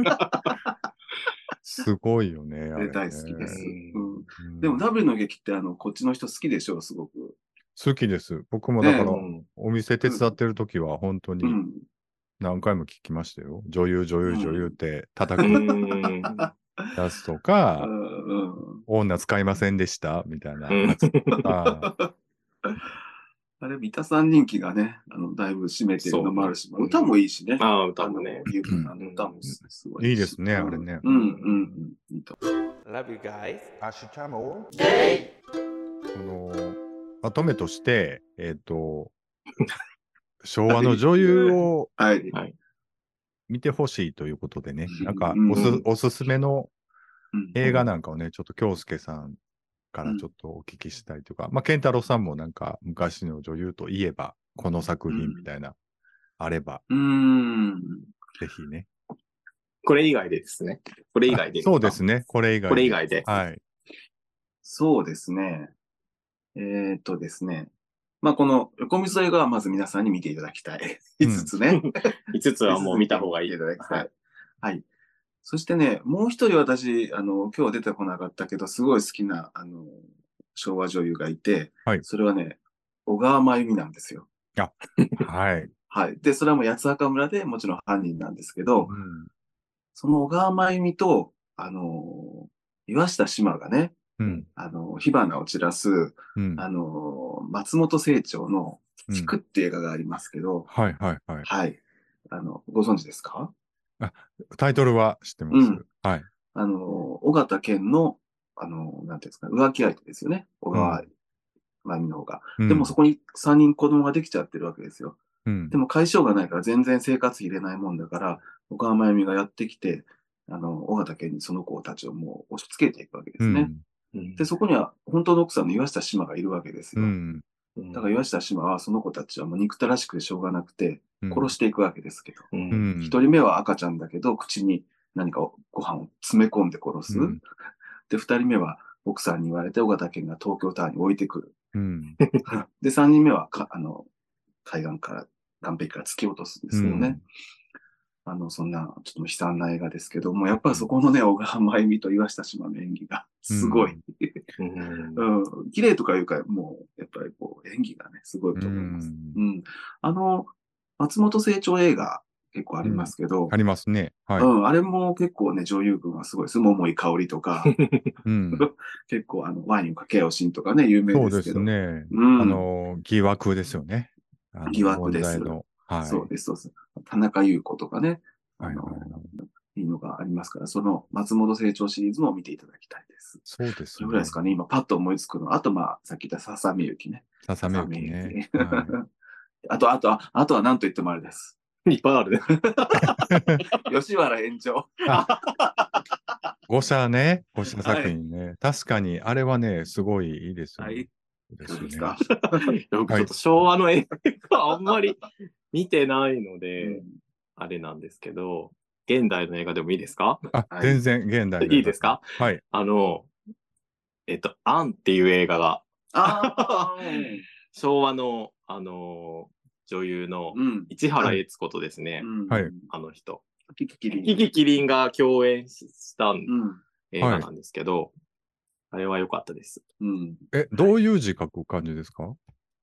すごいよね、あれ、ね。 大好きです。うんうんでもダブルの劇ってあのこっちの人好きでしょう、すごく。 好きです。僕もねえだから、 うんお店手伝ってる時は本当にうん。 何回も聞きましたよ。女優、女優、女優って叩うくん。 やつとうか、 んうん女使いませんでしたみたいなうんやつとか、 あれ、三田さん人気がね、あの、だいぶ占めてるのもあるし、 そう歌もいいしね。 ああ、歌もねあの、ゆきさんの歌もすごいし。 いいですね、あれね。 うん、うん、うん。いいと Love you guys. 明日もこの、まとめとして、えっ、と、昭和の女優をはい。 はい。 見てほしいということでね、 うんなんかうんおす、おすすめのうん映画なんかをね、ちょっと京介さんからちょっとお聞きしたいというか、まあ、健太郎さんもなんか昔の女優といえば、この作品みたいな、あれば、 うーん。 ぜひね。 これ以外でですね。これ以外で。 そうですね、これ以外で。 これ以外で。 はい。 そうですね。えーっとですね。まあ、この横溝映画はまず皆さんに見ていただきたい。 うんいつつね。 いつつはもう見た方がいい。 見ていただきたい。 はい。 はい。そしてね、もう一人私、あの、今日出てこなかったけど、すごい好きな、あの、昭和女優がいて、 はいそれはね、小川真由美なんですよ。 はい。 はい。で、それはもう八幡村でもちろん犯人なんですけど、 うん。 その小川真由美と、あの、岩下志麻がね、 うん。 あの、火花を散らす、 うん。 あの、松本清張のうん菊っていう映画がありますけど、 はいはいはい。 はい。あの、ご存知ですか？ タイトルは知ってます。 うんはい。 あの、尾形健の、あの、なんていうんですか、浮気相手ですよね。小川真由美の方が。 うんでもそこにさんにん子供ができちゃってるわけですよ。 うんでも解消がないから全然生活費入れないもんだから、小川真由美がやってきて、あの、尾形健にその子たちをもう押し付けていくわけですね。 うんで、そこには本当の奥さんの岩下志麻がいるわけですよ。 うん。 だから岩下志麻はその子たちはもう憎たらしくてしょうがなくて、 うん殺していくわけですけど。 う。 うんん。 一人目は赤ちゃんだけど、口に何かご飯を詰め込んで殺す。 うんで、二人目は奥さんに言われて、尾形健が東京タワーに置いてくる。 うん。 で、三人目はか、あの、海岸から、岸壁から突き落とすんですけどね。 うんあの、そんな、ちょっと悲惨な映画ですけども、やっぱりそこのね、小川真由美と岩下志麻の演技がすごい。 うんうん、綺麗とかいうか、もう、やっぱりこう、演技がね、すごいと思います。 ううんん。あの、松本清張映画結構ありますけど、 ありますね。はい。 うん、あれも結構ね、女優群はすごいです。桃井かおりとか、 うん。 結構あの、ワインをかけ合うシーンとかね、有名そうですですけど。 ね。 うんあの、疑惑ですよね。あの疑惑です問題の。はい。 そうです、そうです。田中優子とかね、あの、 はいはいいいのがありますから、その松本清張シリーズも見ていただきたいです。 そうですそれぐらいですかね、今パッと思いつくのは。あと、まあ、さっき言った笹見ゆきね。 ささめゆきね。 笹は見ゆきあと、あと、ああとは何と言ってもあれです。 いっぱいあるね。 吉原炎上。 五社ね。五社作品ね。確かに、あれはね、すごいいいですよね。 はい。 ですよねどうですか。 僕ちょっと昭和の映画あんまり見てないのうで、 んあれなんですけど、現代の映画でもいいですか？ あ、 はい全然現代のいいですか？ はい。 あの、えっと、アンっていう映画が、 ああ、うん昭和の、あのー女優のうん。 市原悦子とですね、 うんはいあの人、 キキキリン。 キキキリンが共演ししたうん。 映画なんですけど、あれは良かったです。 うん。 え、どういう字書く感じですか？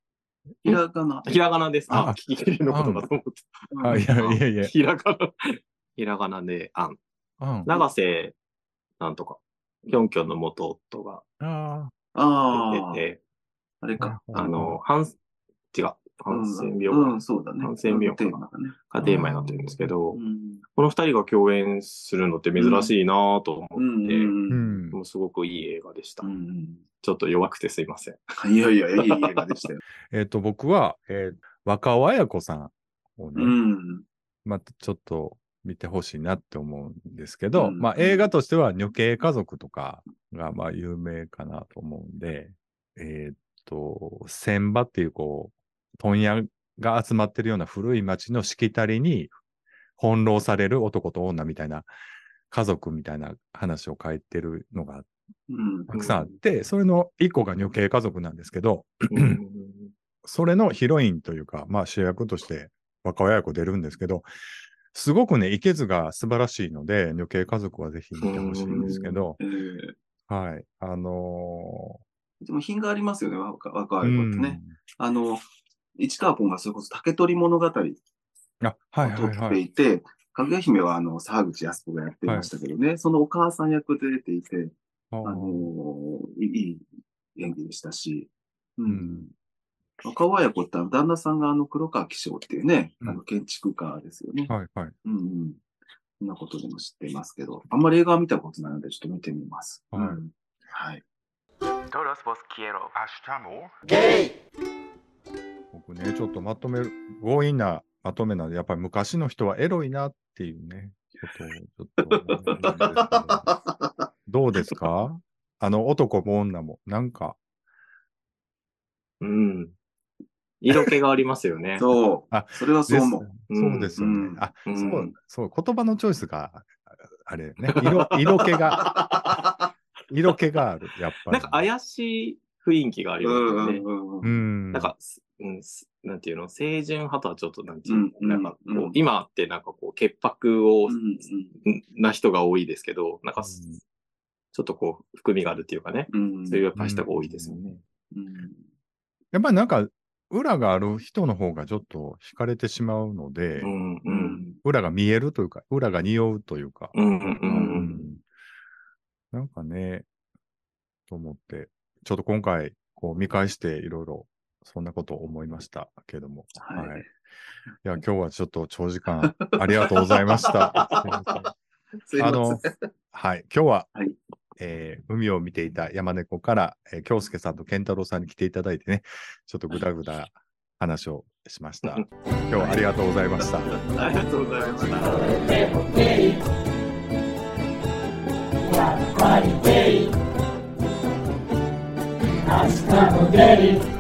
ひらがな。 ひらがなです。あ、 あ聞き切りのことかと思っうんあ、いやいやいやた。。ひらがな。ひらがなで、あん。 うん。 長瀬、なんとか、ぴょんきょんの元夫があああ、 出てて、 あれか。 ああの、ハン、違う、ハンセン病うん、うかん、そうだね。 ハンセン病かテーマがね。 がテーマになってるんですけど、 うん。 この二人が共演するのって珍しいなぁと思うん。 って、 ううん。 ん。 もうすごくいい映画でした。 うん。 ちょっと弱くてすいません。 いやいや、いい映画でしたよ。 えっと、僕は、えー若尾彩子さんをね、 うん。 またちょっと見てほしいなって思うんですけど、 うんまあ映画としては女系家族とかがまあ有名かなと思うんで、えーっと、船場っていうこう、問屋が集まってるような古い町のしきたりに翻弄される男と女みたいな家族みたいな話を書いてるのがうん。 たくさんあって、それの一個が女系家族なんですけど、 うんそれのヒロインというか、まあ主役として若尾彩子出るんですけど、すごくね、いけずが素晴らしいので、女系家族はぜひ見てほしいんですけど、 えーはい。あのでも品がありますよね、若若ー、 い子ってね。あの、市川君がそれこそ竹取物語を撮あ、はいはいっはい。 ていて、かぐや姫はあの、沢口靖子がやっていましたけどね、そのお母さん役で出ていて、 ああのいいいい演技でしたし、ううんん。 若尾彩子ってあの旦那さんがあの黒川紀章っていうね、 うんあの建築家ですよね。 はいはい。 うんうん。そんなことでも知っていますけど、あんまり映画は見たことないのでちょっと見てみます。 はいうんはい。 Todos vos quiero. Hasta more. 僕ね、ちょっとまとめる、強引なまとめなんで、やっぱり昔の人はエロいなっていうね、ことをちょっと思うんですけど、どうですか？あの、男も女も、なんか、 うん。色気がありますよね。 そう。 あそれはそう思う。 ですそうですよね。 うんあ、 うんそう、そう、言葉のチョイスが、あれね、色、色気が、色気がある、やっぱり。 なんか怪しい雰囲気がありますよね。 うんう。ん。 なんか、すうん、すなんていうの、清純派とはちょっとなんていうの、 うんなんかこう、 うん今ってなんかこう、潔白を、 うんうんんな人が多いですけど、なんか、 うんちょっとこう、含みがあるっていうかね、 うんそういうやっぱ人が多いですよね。 うんやっぱりなんか、裏がある人の方がちょっと惹かれてしまうので、 うん、う。 うんん裏が見えるというか、裏が匂うというか、 うん、う。 うんうんなんかね、と思って、ちょっと今回、こう見返していろいろ、そんなことを思いましたけども。 はいはい。いや、今日はちょっと長時間ありがとうございました。 すいません。 あの、はい。今日は、 はいえー海を見ていた山猫から、えー、京介さんと健太郎さんに来ていただいてね、ちょっとぐだぐだ話をしました。今日はありがとうございました。 ありがとうございました。 Hasta poder